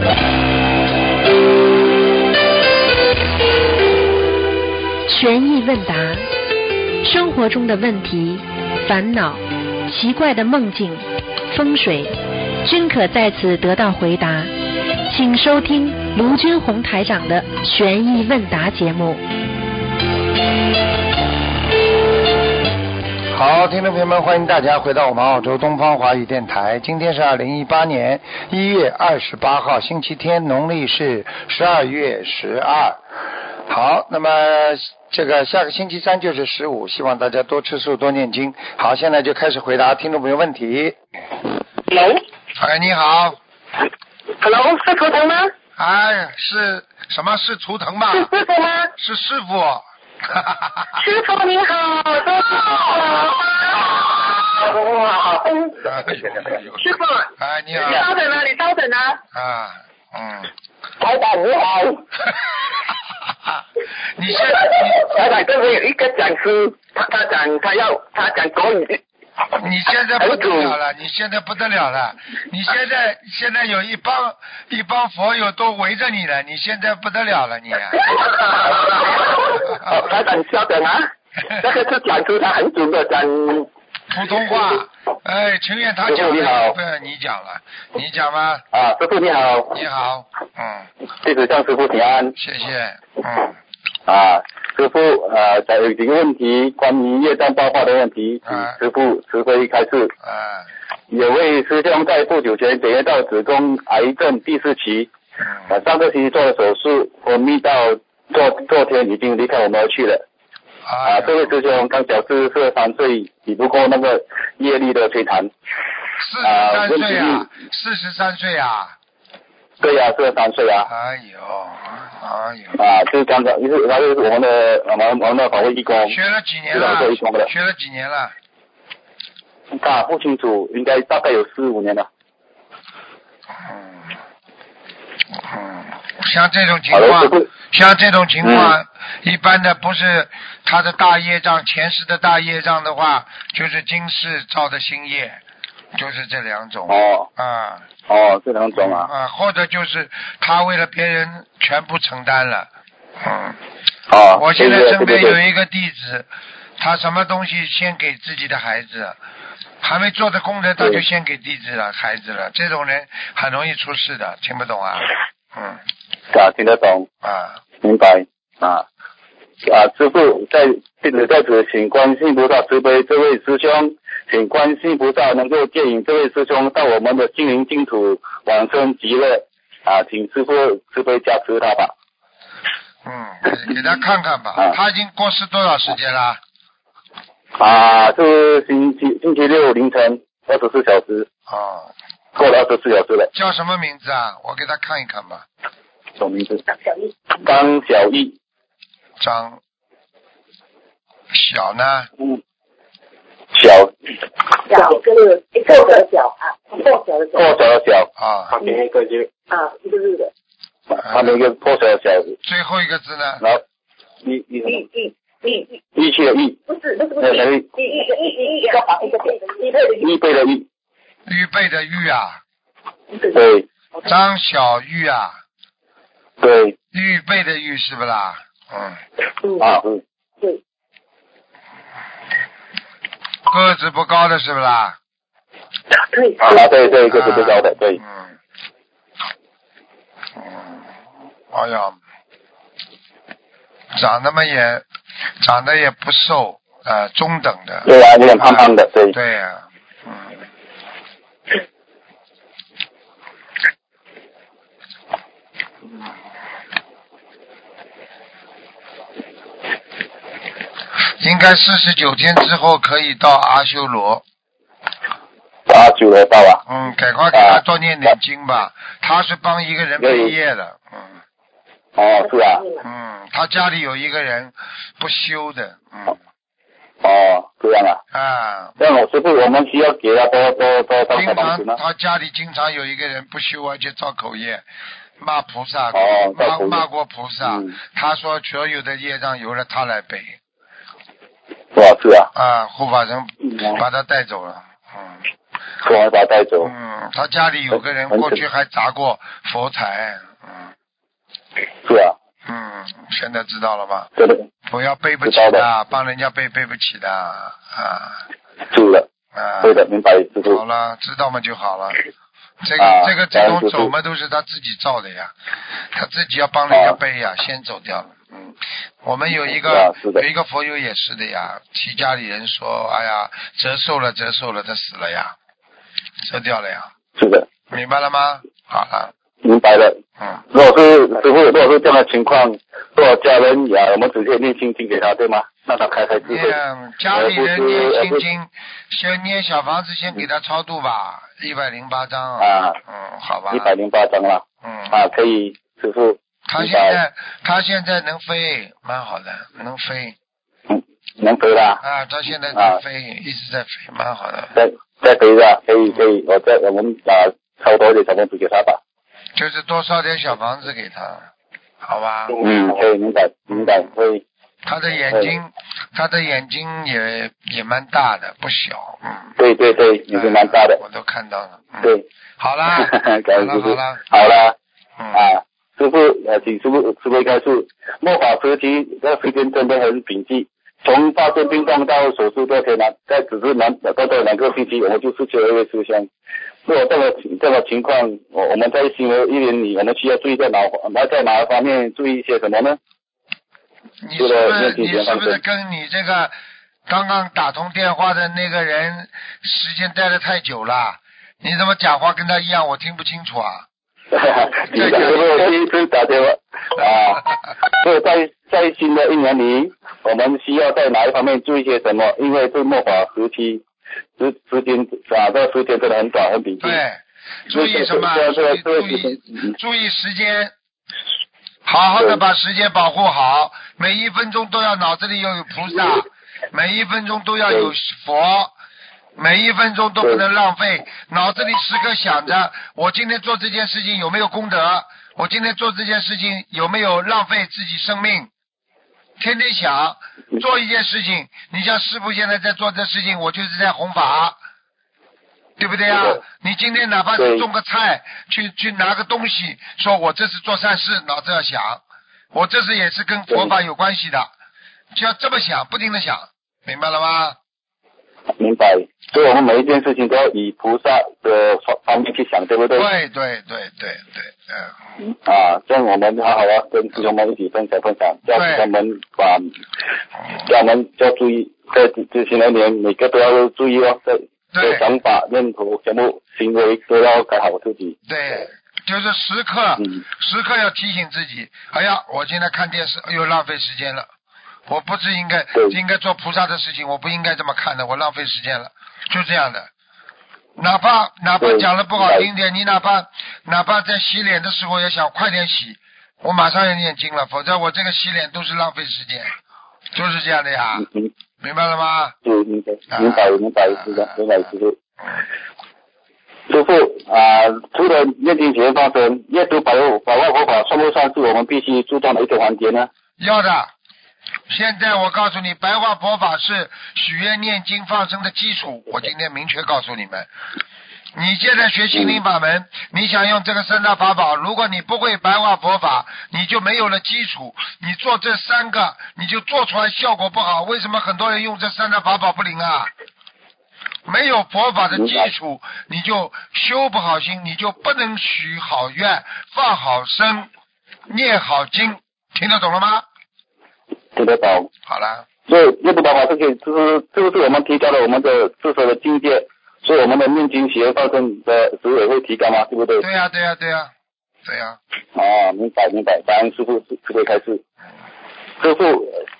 悬疑问答，生活中的问题、烦恼、奇怪的梦境、风水，均可在此得到回答。请收听卢军红台长的悬疑问答节目。 好，听众朋友们，欢迎大家回到我们澳洲东方华语电台。今天是2018年1月28号，星期天，农历是12月12。好，那么这个下个星期三就是15，希望大家多吃素，多念经。好，现在就开始回答听众朋友问题。 Hello， 哎，你好。 Hello， 是图腾吗？ 哎，是什么？是图腾吗？ 是师傅吗？ 是师傅。 师傅你好，师傅好。师傅， 哎，你好。 你稍等啊，你稍等啊。 啊，嗯。 台长你好。 你台长跟我有一个讲师，他讲国语。 你现在不得了了，你现在不得了了，你现在有一帮佛友都围着你了，你现在不得了了你。 台长稍等啊，那个是讲师，他很准的讲普通话。哎，情愿他讲了，不要你讲了，你讲吧。 啊，师傅你好。 你好， 弟子向师傅请安。 谢谢， 师傅有几个问题，关于业障爆发的问题，师傅慈悲开示。有位师兄在不久前检验到子宫癌症第4期，上个星期做了手术，昏迷到昨天已经离开我们而去了。这位师兄刚小是43岁，只不过那个业力的摧残。 43岁啊？43岁啊？ 对呀，43岁啊。 哎呦。 就是刚刚，他就是我们的法会义工。 学了几年了？学了几年了？ 不清楚，应该大概有4-5年了。 像这种情况，一般的不是他的大业障，前世的大业障的话，就是今世造的新业，就是这两种。 这两种啊。 或者就是他为了别人全部承担了。我现在身边有一个弟子，他什么东西先给自己的孩子，还没做的功德他就先给弟子了孩子了，这种人很容易出事的，听不懂啊？ 听得懂。明白。师父在此请观世音菩萨慈悲这位师兄，请观世音菩萨能够接引这位师兄到我们的心灵净土往生极乐。请师父慈悲加持他吧。 给他看看吧。他已经过世多少时间了？ 是星期六凌晨24小时。过了24小时了。 叫什么名字啊？我给他看一看吧。 什么名字？张小艺。 张小呢？ 小一个小破小的小。 旁边一个日。一个日的。 旁边一个破小的小。 最后一个字呢？ 然后义气的义。 不是一个旁一个点。 预备的预。 预备的预啊。 对。 张小玉啊。 对。 预备的预是不啦？ 对。 个子不高的是不啦？ 对，个子不高的，对。 哎呀，长得也不瘦，中等的。 对啊，有点胖胖的，对。 对呀，应该49天之后可以到阿修罗。 9罗到啊。 赶快给他多念点经吧。他是帮一个人背业的。 是啊。 他家里有一个人不修的。 这样啊。这样师父，我们需要给他多小房子呢？ 他家里经常有一个人不修，而且造口业，骂菩萨，骂过菩萨。他说所有的业障由了他来背。 是啊。 护法神把他带走了。 佛王把他带走。 他家里有个人过去还砸过佛台。 是啊。 现在知道了吗？ 对的。 不要背不起的，帮人家背不起的啊。 是的。对的，明白师父。 好了，知道嘛就好了。这种走嘛都是他自己造的呀，他自己要帮人家背呀，先走掉了。我们有一个佛友也是的呀，替家里人说，哎呀，折寿了，他死了呀，折掉了呀。 是的。 明白了吗？好了。 明白了。如果是师傅，如果是这样的情况，如果家人呀，我们直接念心经给他，对吗？让他开智慧。 家里人念心经，先念小房子，先给他超度吧，108张啊。好吧。 108张了。可以，师傅。 他现在能飞，蛮好的，能飞。 能飞啦。 他现在在飞，一直在飞，蛮好的。 在飞的，可以，我们超多一点小房子给他吧。 就是多烧点小房子给他，好吧？ 可以，明白，可以。 他的眼睛也蛮大的，不小。 对，眼睛蛮大的。 我都看到了。 对。 好啦。 好啦。师傅，请师傅开始。末法时期，这时间真的很紧急。从发生病痛到手术这天呢，在只是短短2个星期，我们就失去了一位师兄。如果这个情况，我们在新的1年里，我们需要注意在哪方面注意一些什么呢？ 你是不是跟你这个刚刚打通电话的那个人时间待得太久了？你怎么讲话跟他一样，我听不清楚啊？ 你是我第一次打电话所以在新的1年里，我们需要在哪一方面注意些什么？因为这末法时期。时间这时间真的很短，很紧急。 对，注意什么？注意时间，好好的把时间保护好，每1分钟都要脑子里要有菩萨，每1分钟都要有佛，每1分钟都不能浪费，脑子里时刻想着我今天做这件事情有没有功德，我今天做这件事情有没有浪费自己生命。天天想做一件事情，你像师父现在在做这事情，我就是在弘法，对不对啊？你今天哪怕是种个菜，去拿个东西，说我这是做善事，脑子要想，我这是也是跟佛法有关系的，就要这么想，不停的想，明白了吗？ 明白。所以我们每一件事情都要以菩萨的方面去想，对不对？ 对。 这样我们好好跟师兄们一起分享，叫他们要注意，在这新的一年每个都要注意哦，在想法、念头、全部行为都要改好自己。 对，就是时刻要提醒自己，哎呀，我现在看电视，哎呦，浪费时间了。我不是应该做菩萨的事情，我不应该这么看的，我浪费时间了，就这样的。哪怕讲的不好听点，你哪怕在洗脸的时候也想快点洗，我马上要念经了，否则我这个洗脸都是浪费时间，就是这样的呀。明白了吗？ 明白，是的，明白师傅。师傅除了念经前发生，阅读百万佛法算不算是我们必须注重的一个环节呢？ 要的。现在我告诉你，白话佛法是许愿念经放生的基础，我今天明确告诉你们。你现在学心灵法门，你想用这个3大法宝，如果你不会白话佛法，你就没有了基础，你做这3个你就做出来效果不好。为什么很多人用这3大法宝不灵啊？没有佛法的基础，你就修不好心，你就不能许好愿，放好生，念好经，听得懂了吗？ 听得懂。 好了。 所以阅读佛法这个是不是我们提高了我们的自身的境界，所以我们的念经学放生的值也会提高吗？对不对？ 对呀。 明白，感恩师父开示。师父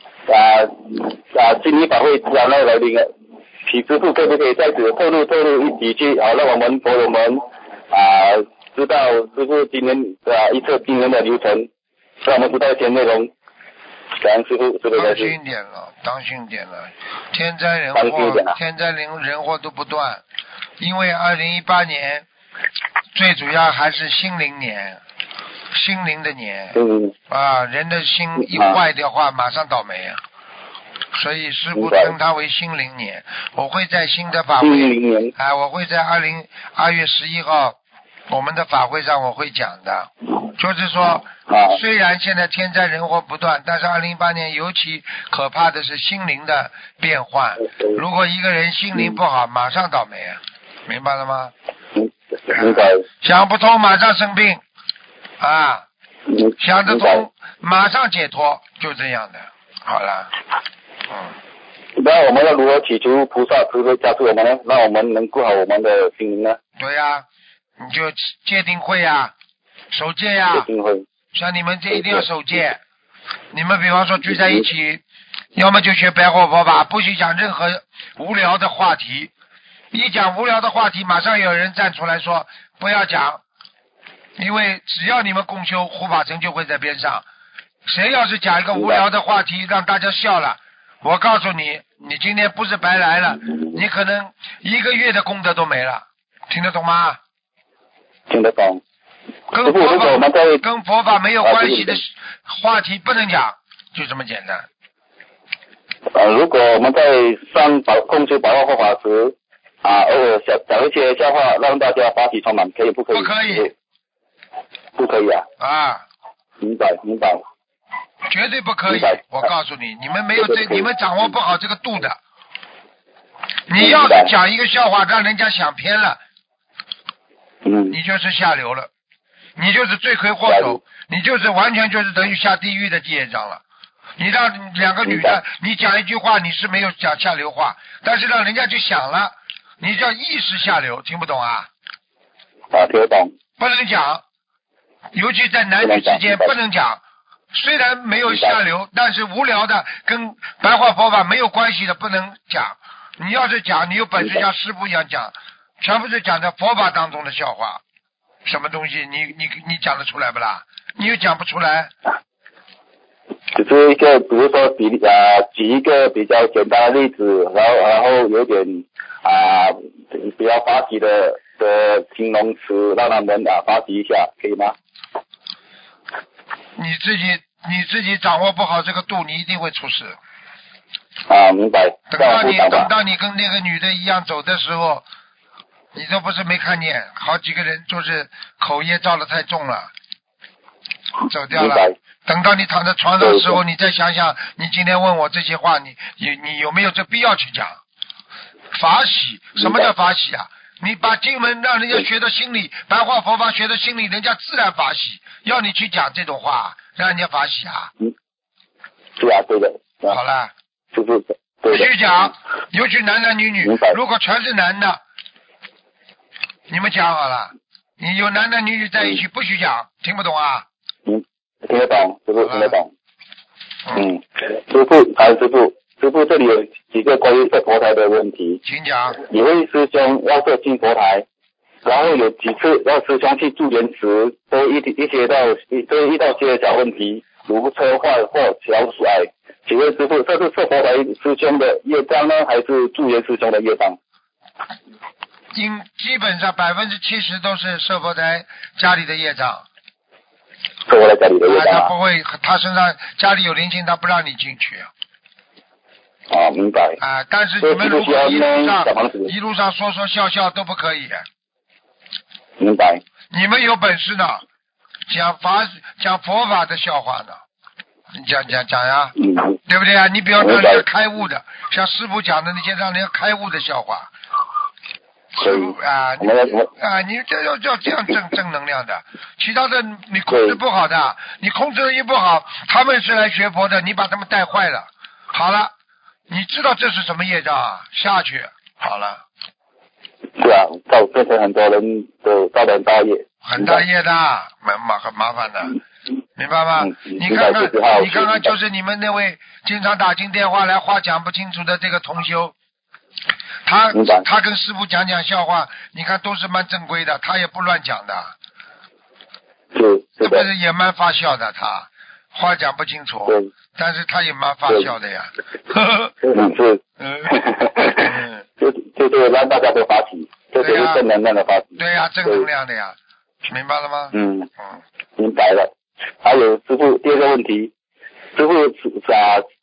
心理法会即将来临了，请师父可不可以在此透露几句，好让我们佛友们知道师父今年一次今年的流程，让我们知道一些内容。感恩师父， 当心点了，天灾人祸都不断，因为2018年最主要还是心灵的年，人的心一坏的话马上倒霉啊， 所以师父称它为心灵年。我会在新的法会，我会在2月11号我们的法会上我会讲的，就是说虽然现在天灾人祸不断，但是2018年尤其可怕的是心灵的变换。如果一个人心灵不好，马上倒霉啊，明白了吗？ 明白。 想不通马上生病啊，想得通马上解脱，就这样的。好了， 那我们要如何祈求菩萨慈悲加持我们呢？让我们能顾好我们的心灵呢？ 对呀，你就戒定慧啊，守戒呀。 戒定慧。 像你们这一定要守戒。你们比方说聚在一起，要么就学白话佛法，不许讲任何无聊的话题。一讲无聊的话题，马上有人站出来说不要讲，因为只要你们共修，护法神就会在边上。谁要是讲一个无聊的话题让大家笑了，我告诉你，你今天不是白来了，你可能1个月的功德都没了。听得懂吗？ 听得懂。 跟佛法没有关系的话题不能讲，就这么简单。 如果我们在上共修白话佛法时偶尔讲一些笑话，让大家法喜充满，可以不可以？ 不可以。 不可以啊。明白。 绝对不可以，我告诉你，你们没有你们掌握不好这个度的。你要是讲一个笑话让人家想偏了，你就是下流了，你就是罪魁祸首，你就是完全就是等于下地狱的业障了。你让2个女的，你讲一句话你是没有讲下流话，但是让人家去想了，你叫意识下流，听不懂啊？ 听得懂。 不能讲，尤其在男女之间不能讲。虽然没有下流，但是无聊的跟白话佛法没有关系的不能讲。你要是讲，你有本事像师父一样讲，全部是讲的佛法当中的笑话，什么东西你讲得出来不啦？你又讲不出来。 只是一个，比如说举一个比较简单的例子，然后有点比较发起的形容词，让他们发起一下，可以吗？ 你自己掌握不好这个度，你一定会出事。 明白。 等到你跟那个女的一样走的时候，你都不是没看见，好几个人就是口业造得太重了，走掉了。等到你躺在床上的时候，你再想想，你今天问我这些话，你有没有这必要去讲？法喜，什么叫法喜啊？你把经文让人家学到心里，白话佛法学到心里，人家自然法喜。要你去讲这种话，让人家法喜啊？ 是啊，对的。 好了， 就是不许讲，尤其男女，如果全是男的，你们讲好了，你有男女在一起不许讲，听不懂啊？ 听得懂，师父听得懂。师父这里有几个关于设佛台的问题， 请讲。 有位师兄要设新佛台，然后有几次要师兄去助缘时，都遇到些小问题，如车祸或小甩。请问师父，这是设佛台师兄的业障呢，还是助缘师兄的业障？ 基本上70%都是设佛台家里的业障。 设佛台家里的业障他不会，他身上家里有灵性，他不让你进去。 明白。 但是你们如果一路上说笑都不可以。 明白。 你们有本事呢，讲佛法的笑话呢，你讲呀，对不对啊？你比方说人家开悟的，像师父讲的那些让人家开悟的笑话，师父你这要这样正能量的，其他的你控制不好的，你控制力不好，他们是来学佛的，你把他们带坏了，好了。你知道这是什么业障啊？下去好了。 是啊，变成很多人都造成大业。 很大业的，很麻烦的，明白吗？你看看，就是你们那位经常打进电话来话讲不清楚的这个同修，他跟师父讲笑话，你看都是蛮正规的，他也不乱讲的。这不是也蛮发笑的，他话讲不清楚。但是他也蛮发笑的呀， 就是让大家都发起，这就是正能量的发起。 对呀，正能量的呀，明白了吗？明白了。还有师父第二个问题，师父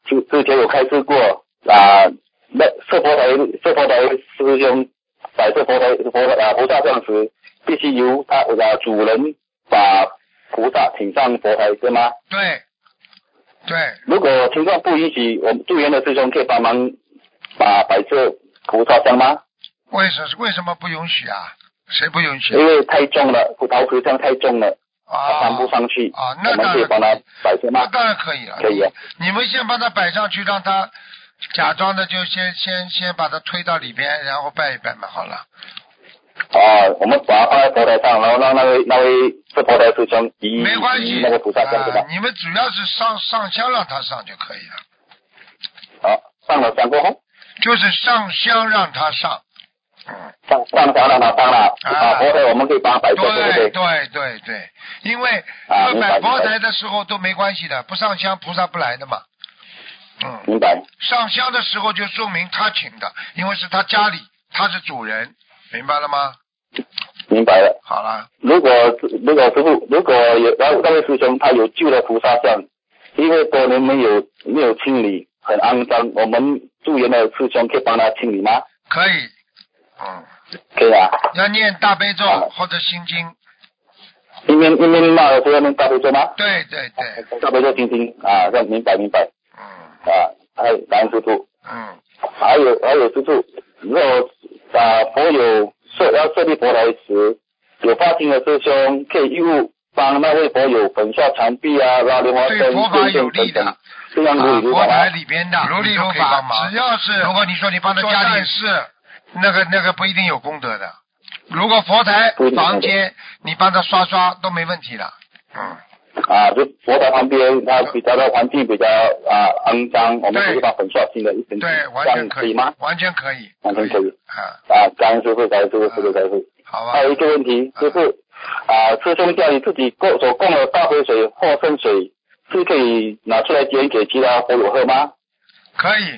之前有开示过啊，那设佛台师兄摆设佛菩萨像时，必须由他主人把菩萨请上佛台，对吗？ 对。 如果情况不允许，我们助缘的师兄可以帮忙摆设菩萨像吗？ 为什么不允许啊？谁不允许？ 因为太重了，陶瓷像太重了，搬不上去。 那当然我们可以帮他摆设吗？ 那当然可以了。 可以啊。 你们先帮他摆上去，让他假装的就先把他推到里边，然后拜一拜嘛，好了。 我们把它放在佛台上，然后让那位是佛台师兄移没关系那个菩萨像对吧？ 你们主要是上香让他上就可以了。 好，上了香过后， 就是上香让他上。 上香让他上了佛台我们可以帮他摆设，对不对？ 对，因为摆佛台的时候都没关系的，不上香菩萨不来的嘛。 明白。 上香的时候就说明他请的，因为是他家里，他是主人。明白了吗？ 明白了。 好了。 如果师父，如果有那位师兄他有旧的菩萨像，因为多年没有清理，很肮脏，我们助缘的师兄可以帮他清理吗？ 可以。 可以啊。 要念大悲咒或者心经。 一面骂的时候要念大悲咒吗？ 对。 大悲咒心经啊，这明白。还有感恩师父。还有师父，如果佛友要设立佛台时，有发心的师兄可以义务帮那位佛友焚烧墙壁啊，然后莲花灯、 对佛法有利的， 这样佛台里边的如理如法，只要是如果你说你帮他家里事，那个不一定有功德的。如果佛台房间你帮他刷都没问题的。 就佛台旁边它比较的环境比较肮脏，我们可以把焚烧新的一层， 对，完全可以吗？ 完全可以。 感恩师父，感恩师父。 好吧。 还有一个问题就是师兄家里自己所供的大杯水或圣水是可以拿出来捐给其他佛友喝吗？ 可以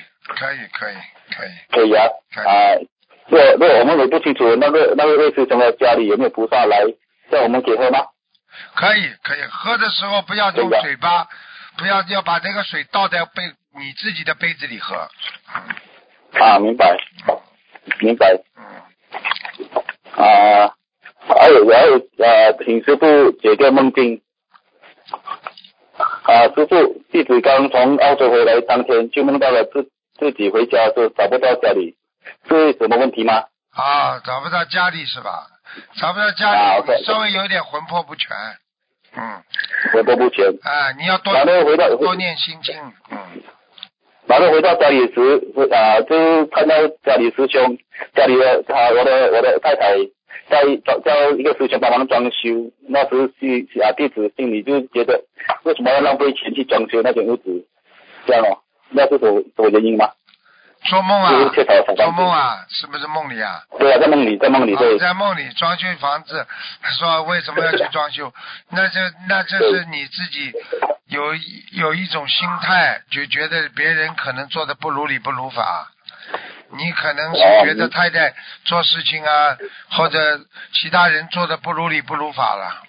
啊。如果我们也不清楚那位师兄的家里有没有菩萨来，这样我们可以喝吗？ 可以，喝的时候不要用嘴巴，要把这个水倒在你自己的杯子里喝。 明白。还有请师父解个梦境。师父，弟子刚从澳洲回来当天就梦到了自己回家就找不到家里，是什么问题吗？ 找不到家里是吧？找不到家里，稍微有点魂魄不全。 魂魄不全。 你要多念心经。 然后回到家里时，就看到家里师兄，家里的我的太太叫一个师兄帮忙装修。那时弟子心里就觉得，为什么要浪费钱去装修那间屋子？这样那是什么原因吗？ 做梦是不是梦里啊？ 对啊，在梦里对。 在梦里装修房子，说为什么要去装修？那这是你自己有一种心态，就觉得别人可能做的不如理不如法，你可能是觉得太太做事情或者其他人做的不如理不如法了。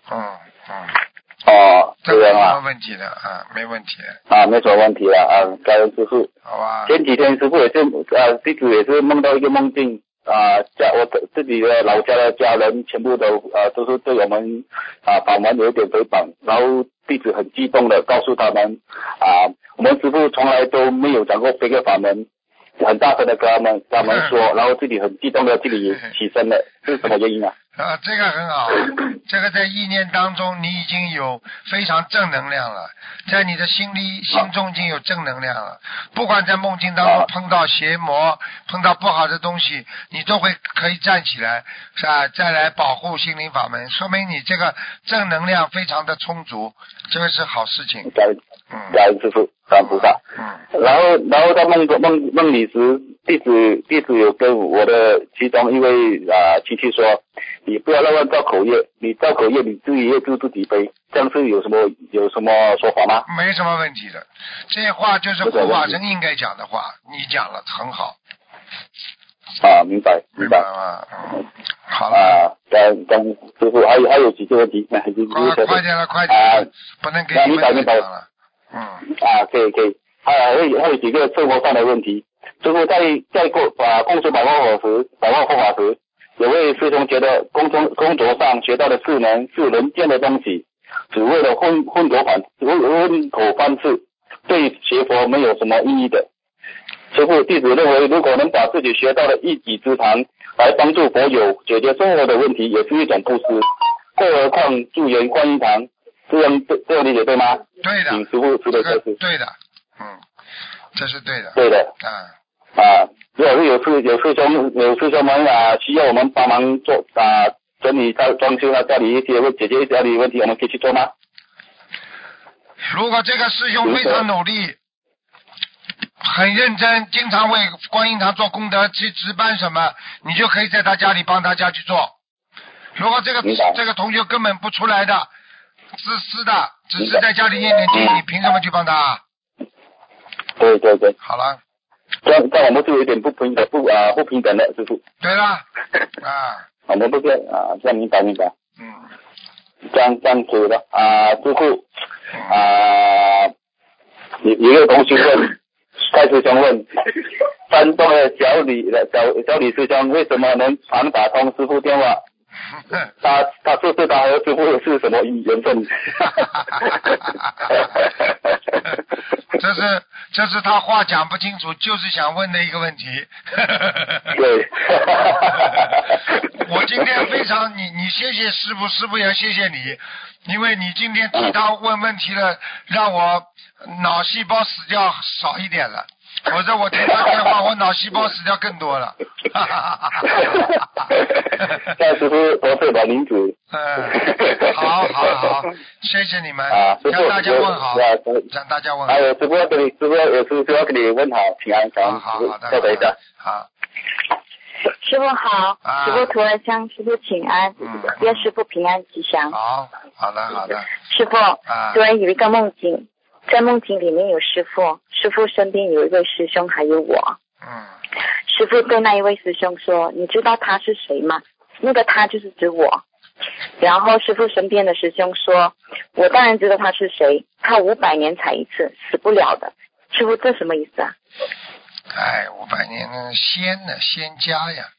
这没什么问题的没问题。 没什么问题了感恩师父。 好吧。 前几天师父也是弟子也是梦到一个梦境我自己的老家的家人全部都是对我们法门有点诽谤，然后弟子很激动的告诉他们我们师父从来都没有讲过这个法门，很大声的跟他们说，然后自己很激动的自己起身了，这是什么原因啊？ 这个很好，这个在意念当中你已经有非常正能量了，在你的心中已经有正能量了，不管在梦境当中碰到邪魔，碰到不好的东西，你都可以站起来再来保护心灵法门，说明你这个正能量非常的充足，这个是好事情。 感恩师父，感恩菩萨。然后在梦里时，弟子有跟我的其中一位亲戚说，你不要乱造口业，你造口业你自己业就自己背，这样是有什么说法吗？ 没什么问题的，这话就是护法神应该讲的话，你讲了很好。 明白了。好了。 感恩师父，还有几个问题， 快点了，不能给你们讲了。 可以。 会有几个生活上的问题。师傅在供出百万佛法时，有位师兄觉得工作上学到的智能是人间的东西，只为了混口饭吃，对学佛没有什么意义的。师父，弟子认为，如果能把自己学到的一己之长来帮助佛友解决生活的问题，也是一种布施。更何况助缘观音堂，这样理解对吗？ 对的。 请师父指点开示。 对的，这是对的。 对的。如果是有师兄们需要我们帮忙做整理装修家里一些解决家里问题，我们可以去做吗？ 如果这个师兄非常努力，很认真，经常为观音堂做功德，去值班什么，你就可以在他家里帮他家去做。如果这个同学根本不出来的，自私的，只是在家里念经，你凭什么去帮他？ 对对对。 好了。 这样我们就有点不平等的，师傅。对了。 我们不是这样明白。这样子的师傅有一个同学问，蔡师兄问，山东的小李师兄为什么能常打通师傅电话？他说是他和师傅是什么缘分？ 这是他话讲不清楚，就是想问的一个问题。 对。 我今天非常你谢谢师傅，师傅也谢谢你，因为你今天替他问问题了，让我脑细胞死掉少一点了。否则我听他电话，我脑细胞死掉更多了。 那师傅多谢老名字。 好，谢谢你们，向大家问好，向大家问好。 还有师傅要跟你问好，平安。 好的。 稍等一下。 好。 师傅好，师傅突然向师傅请安，愿师傅平安吉祥。 好的。 师傅，突然有一个梦境。在梦境里面有师父身边有一位师兄还有我。师父对那一位师兄说，你知道他是谁吗？那个他就是指我。然后师父身边的师兄说，我当然知道他是谁，他500年才一次，死不了的。师父这什么意思啊 ？500年仙家呀。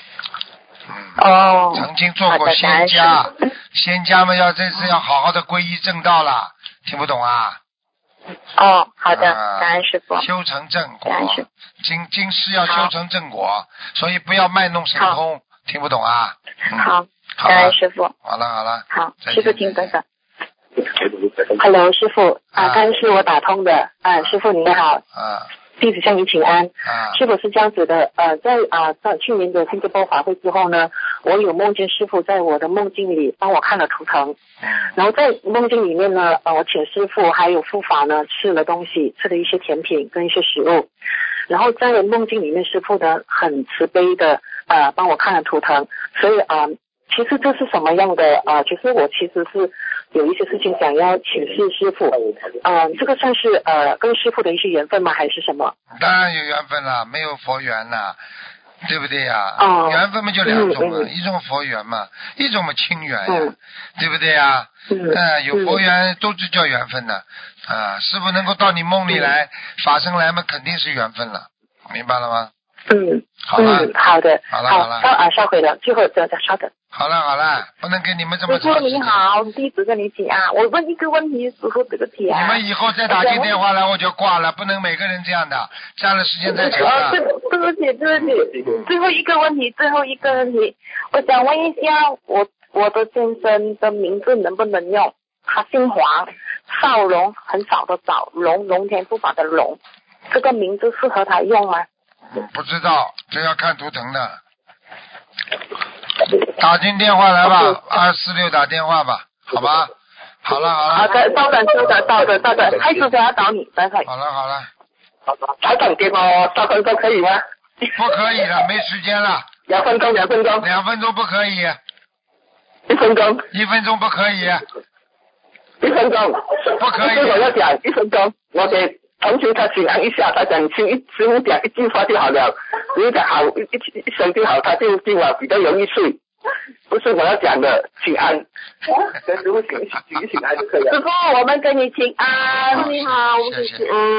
曾经做过仙家，仙家们这次要好好的皈依正道了，听不懂啊？ 好的，感恩师父。 修成正果，今世要修成正果，所以不要卖弄神通，听不懂啊？ 好，感恩师父。 好了。 好，师父请等等。 Hello， 师父刚才是我打通的师父您好。弟子向您请安。师父是这样子的，在去年的新加坡法会之后呢，我有梦见师父在我的梦境里帮我看了图腾，然后在梦境里面呢，我请师父还有护法呢吃了东西，吃了一些甜品跟一些食物，然后在梦境里面师父呢很慈悲的帮我看了图腾，所以其实这是什么样的其实我其实是有一些事情想要请示师父，这个算是跟师父的一些缘分吗？还是什么？ 当然有缘分了，没有佛缘了，对不对呀？缘分嘛就2种了，一种佛缘嘛，一种嘛亲缘呀，对不对呀？有佛缘都是叫缘分的师父能够到你梦里来法身来嘛，肯定是缘分了，明白了吗？好的。 稍回了，最后再稍等。 好了，不能跟你们这么长时间。 师父你好，弟子跟你请安。我问一个问题，师父这个题你们以后再打进电话来我就挂了，不能每个人这样的，这样的时间太长了。 对不起。最后一个问题，我想问一下，我的先生的名字能不能用？他姓黄，少龙，很少的少，龙天护法的龙，这个名字适合他用吗？ 不知道，这要看图腾的。打进电话来吧，246打电话吧，好吧？好了。 好的，稍等，开始想要找你，等会。 好了。 稍等电话3分钟可以吗？ 不可以了，没时间了。 2分钟。 2分钟不可以。 1分钟。 1分钟不可以。 1分钟。 不可以。 我要讲1分钟，我给同学他请安一下，他讲师傅讲一句话就好了，你讲好一声就好，他就今晚比较容易睡。不是我要讲的，请安。跟师傅请安就可以了。师傅，我们跟你请安。你好，我们请安。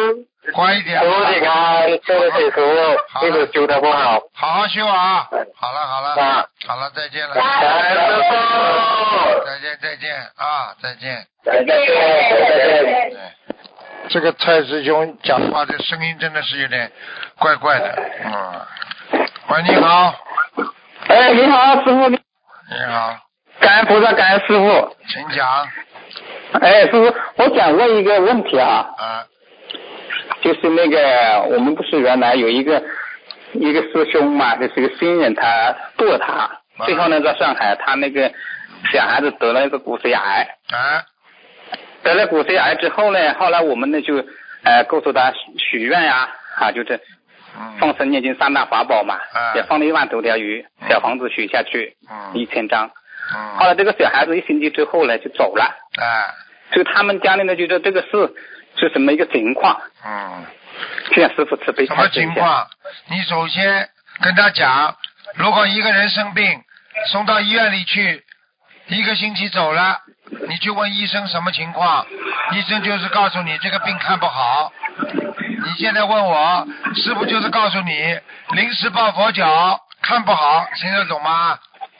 乖一点。 师傅健康，对不起师傅，一直修得不好。 好好修啊！好了，好了，再见了。 师傅。 再见啊！再见。 再见。 这个蔡师兄讲话的声音真的是有点怪怪的。喂，你好。 哎，你好，师傅。 你好。 感恩菩萨，感恩师傅。 请讲。 哎，师傅，我想问一个问题啊。就是那个我们不是原来有一个师兄嘛，就是一个新人，他堕他，最后呢在上海，他那个小孩子得了一个骨髓癌。得了骨髓癌之后呢，后来我们呢就告诉他许愿呀，就是放生念经3大法宝嘛，也放了1万多条鱼，小房子许下去，1000张。后来这个小孩子1星期之后呢就走了。就他们家里呢就说这个是什么一个情况？请师父慈悲开示一下。什么情况？你首先跟他讲，如果一个人生病送到医院里去，1个星期走了，你去问医生什么情况，医生就是告诉你这个病看不好。你现在问我，师父就是告诉你临时抱佛脚看不好，听得懂吗？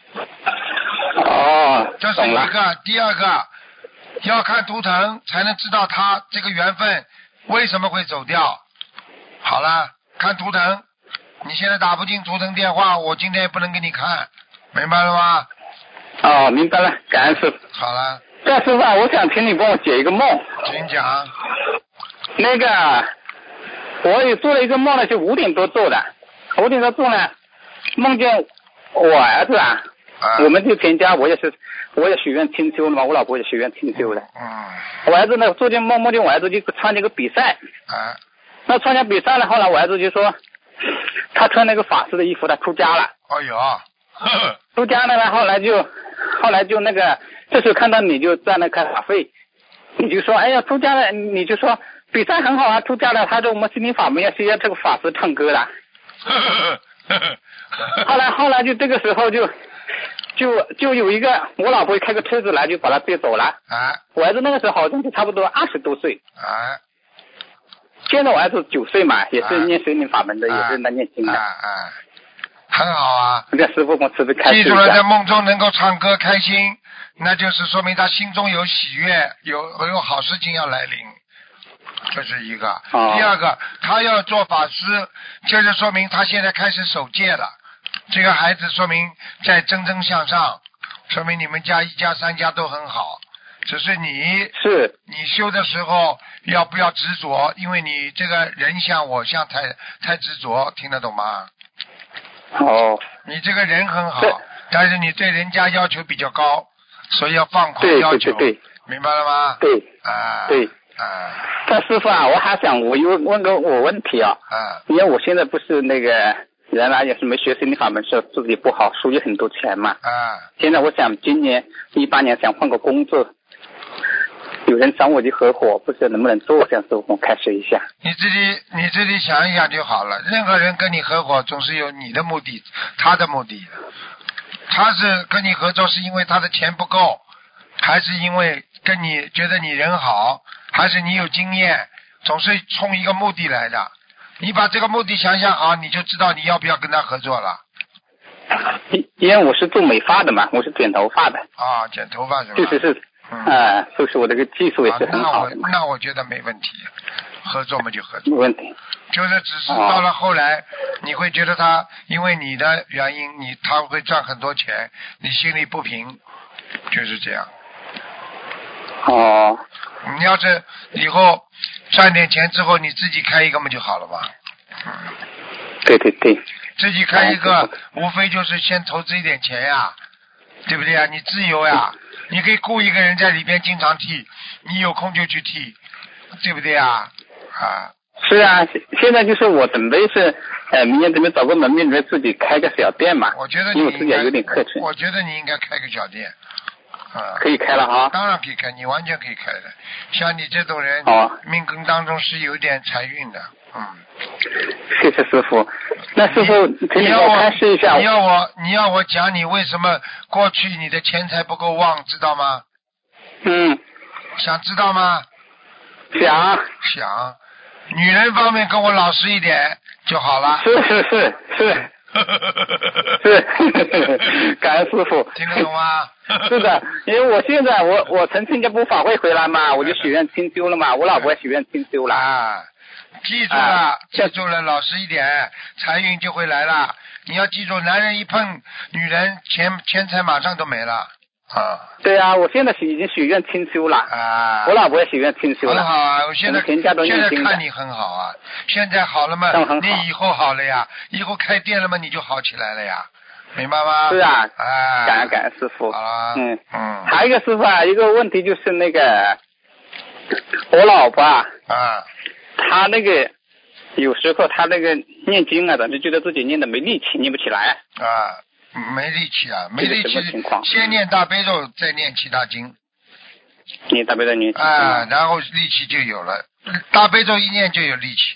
这是一个。第二个，要看图腾才能知道他这个缘分为什么会走掉。好了，看图腾，你现在打不进图腾电话，我今天也不能给你看，明白了吗？ 明白了，感恩师父。 好了。 但师父，我想请你帮我解一个梦。 请讲。 那个，我也做了一个梦呢，就5点多做的。5点多做呢，梦见我儿子我们就全家，我也许愿清修了嘛，我老婆也许愿清修了。我儿子呢，做见梦见我儿子就参加个比赛。那参加比赛了，后来我儿子就说，他穿那个法师的衣服，他出家了。出家了呢，后来就那个，这时候看到你就在那开法会，你就说，哎呀，出家了，你就说比赛很好啊，出家了，他说我们心灵法门要需要这个法师唱歌的。后来就这个时候就有一个我老婆开个车子来就把他接走了。我儿子那个时候好像就差不多20多岁。现在我儿子9岁嘛，也是念心灵法门的，也是在念经的。 很好啊。 这师父，我慈悲开示一下。 记住了，在梦中能够唱歌开心，那就是说明他心中有喜悦，有好事情要来临。这是一个。第二个，他要做法师，就是说明他现在开始守戒了。这个孩子说明在蒸蒸向上，说明你们家1家3家都很好。只是你修的时候要不要执着，因为你这个人像我像太执着，听得懂吗？你这个人很好，但是你对人家要求比较高，所以要放宽要求。对，明白了吗？ 对。但师父我还想我问个问题因为我现在不是那个原来也是没学心理法门，是自己不好，输了很多钱嘛。现在我想今年18年想换个工作，有人找我去合伙，不知道能不能做，想师父开示一下。 你自己想一想就好了。任何人跟你合伙总是有你的目的，他的目的。他是跟你合作是因为他的钱不够，还是因为跟你觉得你人好，还是你有经验，总是冲一个目的来的。你把这个目的想想好，你就知道你要不要跟他合作了。 因为我是做美发的嘛，我是剪头发的。 剪头发是吧？ 就是我这个技术也是很好的。 那我觉得没问题，合作嘛就合作。 没问题。 就是只是到了后来，你会觉得他因为你的原因，他会赚很多钱，你心里不平，就是这样。你要是以后赚点钱之后，你自己开一个嘛就好了嘛。 对。 自己开一个，无非就是先投资一点钱呀，对不对呀？你自由呀，你可以雇一个人在里边经常替，你有空就去替，对不对呀？ 是啊，现在就是我准备是明年准备找个门面，准备自己开个小店嘛。 我觉得因为我自己也有点课程。 我觉得你应该开个小店。 可以开了哈。 当然可以开，你完全可以开的。像你这种人，命根当中是有点财运的。 谢谢师傅。那师傅，请你给我开示一下。 你要我讲你为什么过去你的钱财不够旺，知道吗？ 嗯。 想知道吗？ 想。 女人方面跟我老实一点就好了。 是。是，感恩师傅。 听得懂吗？ 是的，因为我现在我从新加坡法会回来嘛，我就许愿清修了嘛，我老婆也许愿清修了。 啊，记住了，老实一点，财运就会来了。你要记住，男人一碰女人，钱财马上都没了。啊， 对啊，我现在已经许愿清修了啊， 我老婆也许愿清修了。 很好啊，我现在看你很好啊，现在好了嘛，你以后好了呀，以后开店了嘛，你就好起来了呀，明白吗？ 是啊， 哎， 感恩师傅。 好了， 还有一个师傅啊，一个问题就是那个我老婆啊，她那个有时候她那个念经啊，总是觉得自己念的没力气，念不起来啊。没力气啊，没力气，先念大悲咒，再念其他经。 念大悲咒念。 然后力气就有了，大悲咒一念就有力气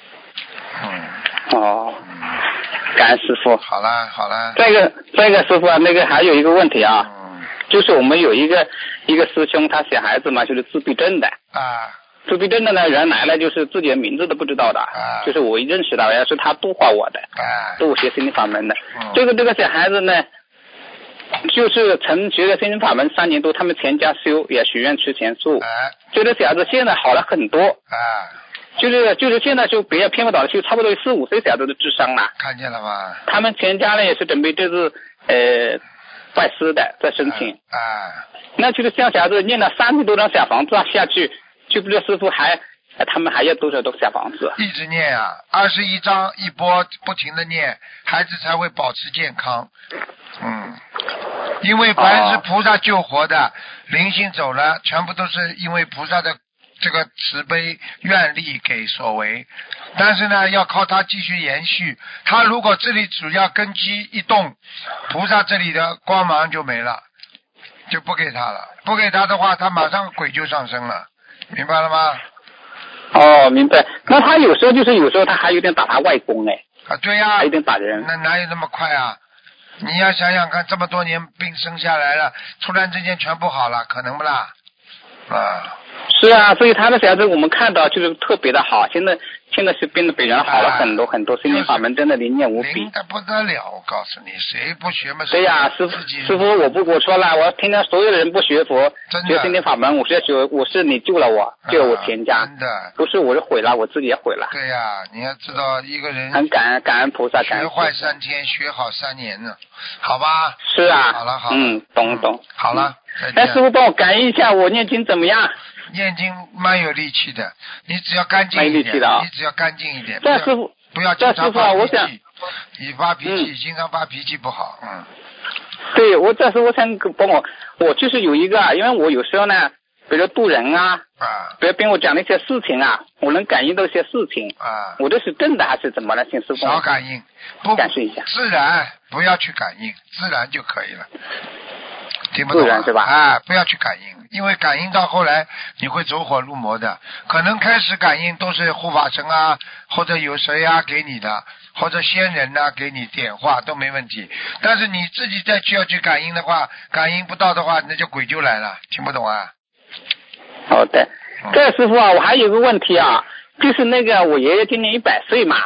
了。感恩师傅。 好了。 再一个师傅啊，那个还有一个问题啊，就是我们有一个师兄，他小孩子嘛，就是自闭症的。自闭症的呢，原来呢就是自己的名字都不知道的，就是我一认识到，也是他度化我的，度我学心灵法门的。这个小孩子呢，就是曾学了心灵法门3年多，他们全家修，也许愿吃全素。这个小孩子现在好了很多。就是现在就别人骗不倒了，就差不多4、5岁小孩子的智商了。 看见了吗？ 他们全家呢也是准备这次拜师的，在申请。那就是像小孩子念了30多张小房子下去。就不知道师傅他们还要多少栋小房子？ 一直念啊，21章一波，不停的念，孩子才会保持健康。因为凡是菩萨救活的，灵性走了，全部都是因为菩萨的这个慈悲愿力给所为。但是呢，要靠他继续延续。他如果这里只要根基一动，菩萨这里的光芒就没了，就不给他了。不给他的话，他马上鬼就上升了。明白了吗？ 明白。那他有时候他还有点打他外公对呀， 还有点打人。 那哪有那么快啊？你要想想看，这么多年病生下来了，突然之间全部好了，可能不啦？ 是啊，所以他的小孩子我们看到就是特别的好，现在是变得比人好了很多很多，心灵法门真的灵验无比， 灵的不得了。我告诉你，谁不学嘛？ 对呀，师傅，我说了，我听到所有的人不学佛，学心灵法门，我是你救了我，救了我全家， 真的， 不是我就毁了，我自己也毁了。 对呀，你要知道一个人很感恩菩萨， 学坏3天，学好3年呢，好吧？ 是啊， 好了， 懂， 好了。 那师傅帮我感应一下，我念经怎么样？ 念经蛮有力气的，你只要干净一点，你只要干净一点。 这师傅不要经常发脾气， 你发脾气，经常发脾气不好。 对，这师傅想帮我就是有一个，因为我有时候呢，比如渡人比如跟我讲那些事情我能感应到一些事情我这是真的还是怎么了？请师傅少感应，不感受一下， 自然不要去感应，自然就可以了。听不懂是吧？ 不要去感应，因为感应到后来你会走火入魔的。可能开始感应都是护法神或者有谁给你的，或者仙人给你点化都没问题。但是你自己再要去感应的话，感应不到的话，那就鬼就来了。听不懂啊？ 好的，这师傅我还有个问题就是那个我爷爷今年100岁嘛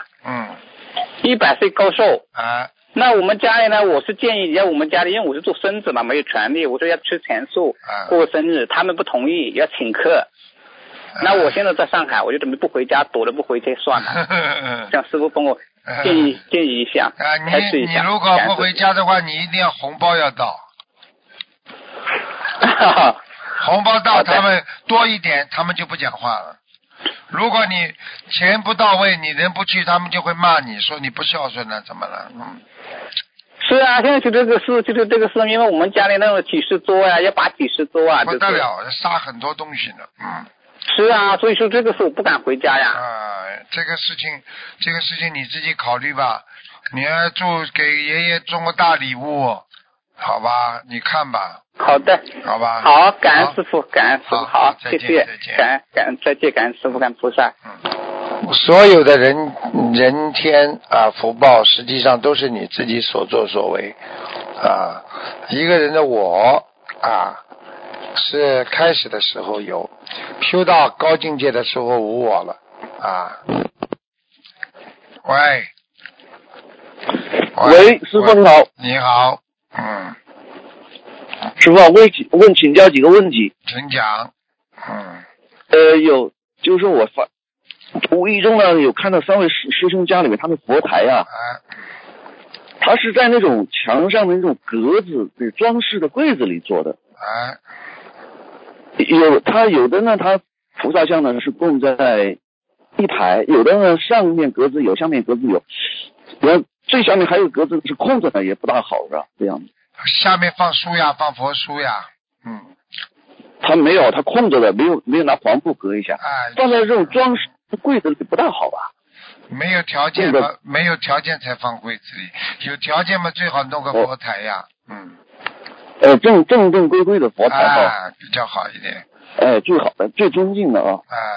，100岁高寿那我们家里呢，我是建议要我们家里，因为我是做孙子嘛，没有权利，我说要吃全素过生日，他们不同意，要请客。那我现在在上海，我就准备不回家，躲着不回去算了。让师傅帮我建议一下，开示一下。 你如果不回家的话，你一定要红包要到。红包到他们多一点，他们就不讲话了。如果你钱不到位，你人不去，他们就会骂你说你不孝顺了，怎么了？ 是啊，现在就这个事，因为我们家里那种几十桌要摆几十桌不得了，杀很多东西呢。 是啊，所以说这个事我不敢回家呀。 这个事情你自己考虑吧。你要给爷爷送个大礼物，好吧？你看吧。 好的， 好吧。 好，感恩师傅，感恩师傅，好， 谢谢，感恩，再见，感恩师傅，感恩菩萨。 所有的人天福报，实际上都是你自己所作所为一个人的我是开始的时候有，修到高境界的时候无我了啊。 喂，师傅你好。 你好， 师傅请教几个问题。 请讲。 有，就是说我无意中呢有看到3位师兄家里面他的佛台啊，他是在那种墙上的那种格子的装饰的柜子里做的。有的呢，他菩萨像呢是供在一排，有的呢上面格子有，下面格子有，然后最下面还有格子是空着的，也不大好是吧？这样子。 下面放书呀，放佛书呀。 他没有，他空着的，没有拿黄布隔一下。放在这种装饰柜子里不大好吧？ 没有条件嘛，没有条件才放柜子里，有条件嘛最好弄个佛台呀。 正规规的佛台比较好一点。 最好的，最尊敬的啊。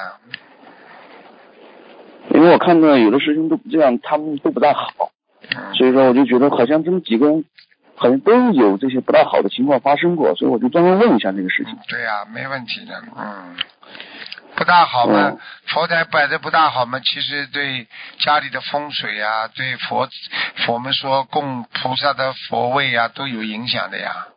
因为我看到有的师兄都这样，他们都不大好，所以说我就觉得好像这么几个人好像都有这些不大好的情况发生过，所以我就专门问一下这个事情。 对呀，没问题的。不大好嘛，佛台摆的不大好嘛，其实对家里的风水啊，对佛们说供菩萨的佛位啊都有影响的呀。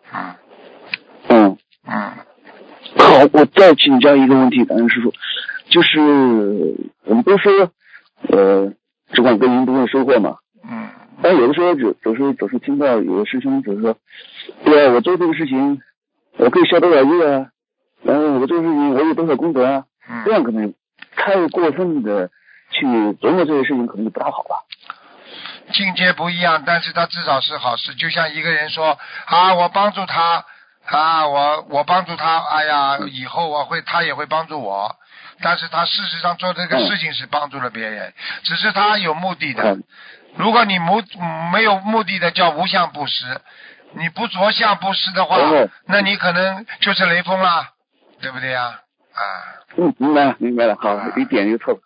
好，我再请教一个问题，感恩师傅，就是我们都说只管跟您不问收获嘛。但有的时候总是听到有的师兄就是说，对啊，我做这个事情我可以消多少业啊，然后我做这个事情我有多少功德啊，这样可能太过分的去琢磨这些事情，可能就不大好吧。 境界不一样，但是他至少是好事。就像一个人说我帮助他我帮助他，哎呀，以后他也会帮助我，但是他事实上做这个事情是帮助了别人，只是他有目的的。如果你没有目的的叫无相布施，你不着相布施的话，那你可能就是雷锋啦，对不对呀？ 明白了，好，一点就错了。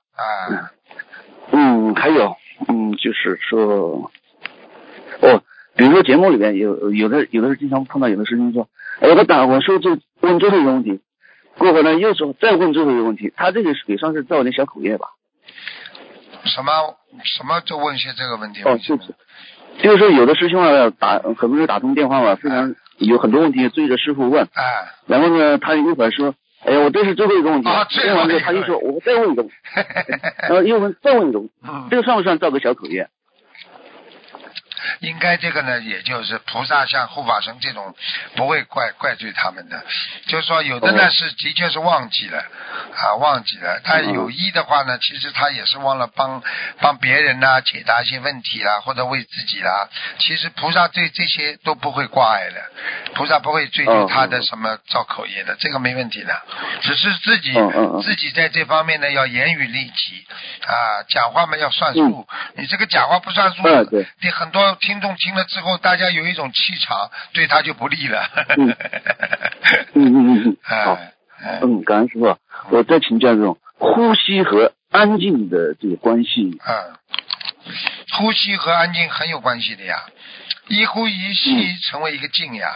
还有就是说比如说节目里面有的是经常碰到有的事情说，我说问最后一个问题，过会呢又说再问最后一个问题，他这个也算是造点小口业吧？ 什么就问些这个问题？ 就是说有的师兄很多人打通电话嘛，非常有很多问题追着师傅问，然后呢他一会儿说，我这是最后一个问题，问完之后他就说我再问一个，然后又再问一个，这个算不算造个小口业？ 应该这个呢，也就是菩萨像护法神这种不会怪罪他们的，就是说有的呢是的确是忘记了，他有意的话呢，其实他也是忘了帮别人啦，解答一些问题啦，或者为自己啦。其实菩萨对这些都不会挂碍的，菩萨不会追究他的什么造口业的，这个没问题的，只是自己在这方面呢要严于律己讲话嘛要算数，你这个讲话不算数，对很多听众听了之后，大家有一种气场，对他就不利了。 好，感恩师傅，我再请教这种呼吸和安静的这个关系。 呼吸和安静很有关系的呀，一呼一吸成为一个静呀，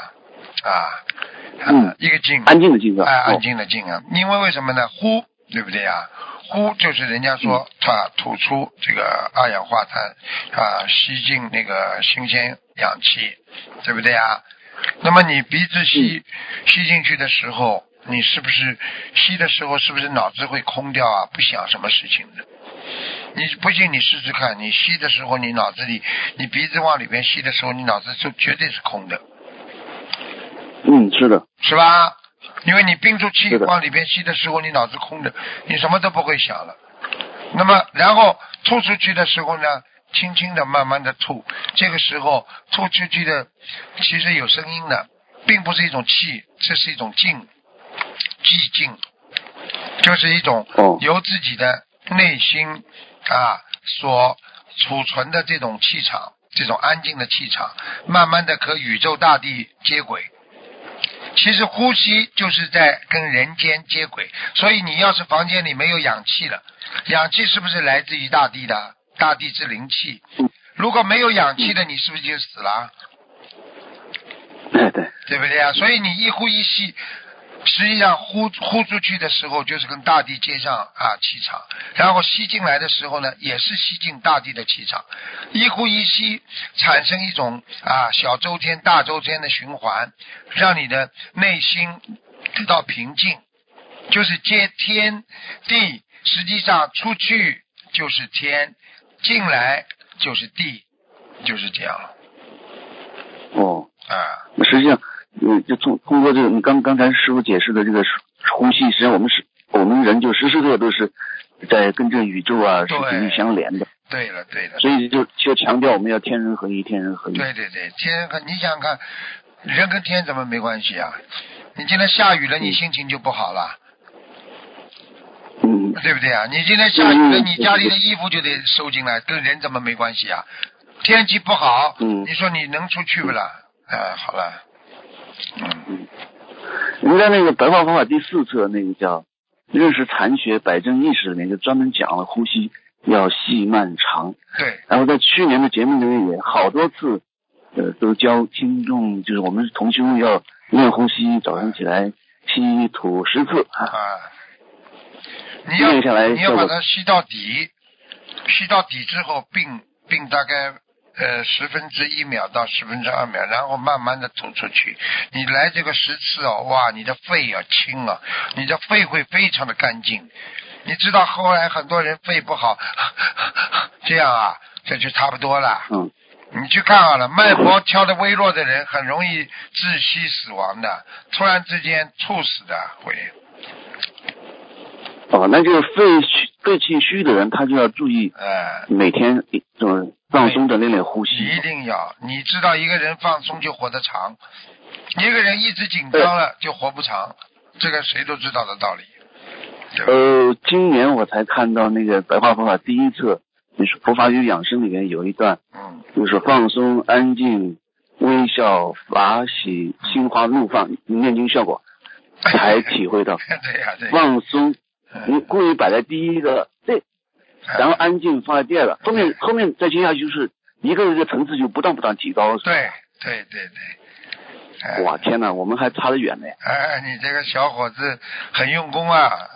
一个静， 安静的静啊， 安静的静啊，因为什么呢？呼，对不对呀？呼就是人家说吐出这个二氧化碳吸进那个新鲜氧气，对不对啊？那么你鼻子吸进去的时候，你是不是吸的时候是不是脑子会空掉啊？不想什么事情的。你不信你试试看，你吸的时候你脑子里，你鼻子往里边吸的时候，你脑子就绝对是空的。 是的， 是吧？因为你屏住气往里边吸的时候，你脑子空的，你什么都不会想了。那么然后吐出去的时候呢，轻轻的慢慢的吐，这个时候吐出去的其实有声音的，并不是一种气，这是一种寂静，就是一种由自己的内心所储存的这种气场，这种安静的气场，慢慢的和宇宙大地接轨。其实呼吸就是在跟人间接轨，所以你要是房间里没有氧气了，氧气是不是来自于大地的？大地之灵气。如果没有氧气的，你是不是就死了？ 对， 对不对啊？所以你一呼一吸， 实际上呼出去的时候就是跟大地接上气场，然后吸进来的时候呢也是吸进大地的气场，一呼一吸产生一种小周天大周天的循环，让你的内心得到平静，就是接天地，实际上出去就是天，进来就是地，就是这样。 那实际上就通过这个你刚才师父解释的这个呼吸，实际上我们人就时时刻刻都是在跟这个宇宙是紧密相连的。 对了， 所以就强调我们要天人合一，天人合一。 对，天人合一，你想想看，人跟天怎么没关系啊？你今天下雨了，你心情就不好了。对不对啊？你今天下雨了，你家里的衣服就得收进来，跟人怎么没关系啊？天气不好，你说你能出去不啦？好了。 您在那个白话方法第4册那个叫认识禅学摆正意识里面就专门讲了呼吸要细慢长。 对。 然后在去年的节目里面也好多次都教听众，就是我们同修要练呼吸，早上起来吸吐10次。 你要把它吸到底，吸到底之后并大概1/10秒到2/10秒，然后慢慢的吐出去。你来这个10次哇，你的肺轻啊，你的肺会非常的干净。你知道后来很多人肺不好这样这就差不多了。你去看好了，脉搏敲得微弱的人很容易窒息死亡的，突然之间猝死的会。 那就是肺气虚的人，他就要注意每天放松的练呼吸。 一定要，你知道一个人放松就活得长，一个人一直紧张了就活不长，这个谁都知道的道理。 今年我才看到那个白话方法第1册，就是佛法与养生里面有一段，就是放松、安静、微笑、法喜、心花怒放，念经效果，才体会到对放松。你故意摆在第一个，对，然后安静放在第2个，后面再接下去就是一个层次就不断提高。 对。 哇，天哪，我们还差得远呢。 你这个小伙子很用功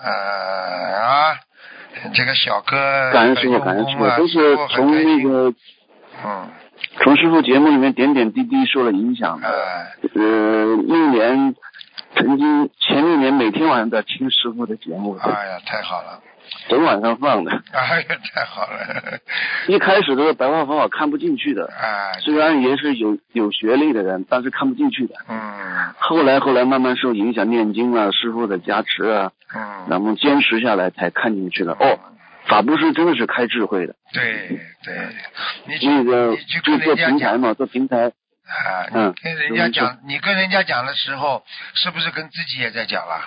这个小哥感恩师父，都是从那个从师父节目里面点滴滴受了影响的。6年前6年每天晚上都要听师父的节目。 太好了， 整晚上放的。 太好了。 一开始的白话方法看不进去的，虽然也是有学历的人，但是看不进去的。后来慢慢受影响，念经师父的加持然后坚持下来才看进去了。法布施真的是开智慧的。 对， 那个就做平台嘛，做平台。 你跟人家讲的时候，是不是跟自己也在讲了？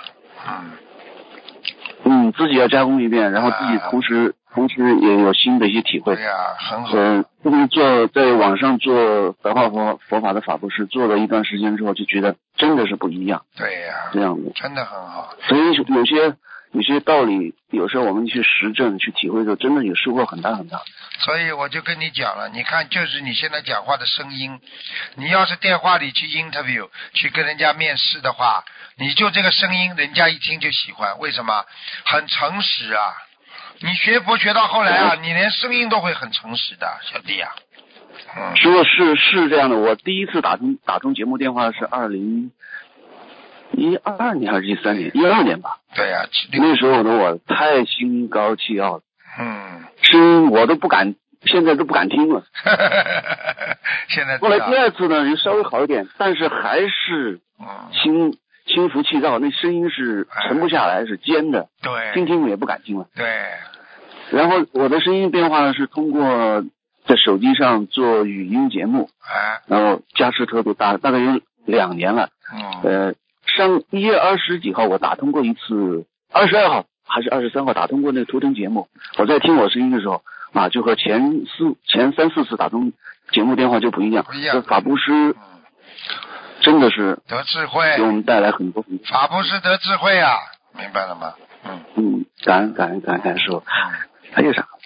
自己要加工一遍，然后自己同时也有新的一些体会。 对很好。 在网上做白话佛法的法布施，做了一段时间之后，就觉得真的是不一样。 对这样的真的很好。 所以有些道理，有时候我们去实证去体会的时候，真的有收获很大。 所以我就跟你讲了，你看，就是你现在讲话的声音，你要是电话里去 interview 去跟人家面试的话，你就这个声音，人家一听就喜欢。为什么？很诚实你学佛学到后来你连声音都会很诚实的，小弟师父是这样的。我第一次打通节目电话是2012年还是13年？12年吧。 对那时候我太心高气傲了。声音我都不敢，现在都不敢听了。 现在后来第2次呢，就稍微好一点，但是还是心浮气躁，那声音是沉不下来，是尖的。 对， 听也不敢听了。 对。 然后我的声音变化呢，是通过在手机上做语音节目，然后加持特别大，大概有2年了。上1月20几号我打通过一次，22号还是23号打通过那个图腾节目。我在听我声音的时候就和前3、4次打通节目电话就不一样。这法布施真的是得智慧， 给我们带来很多法布施得智慧明白了吗？ 感恩师父。还有啥？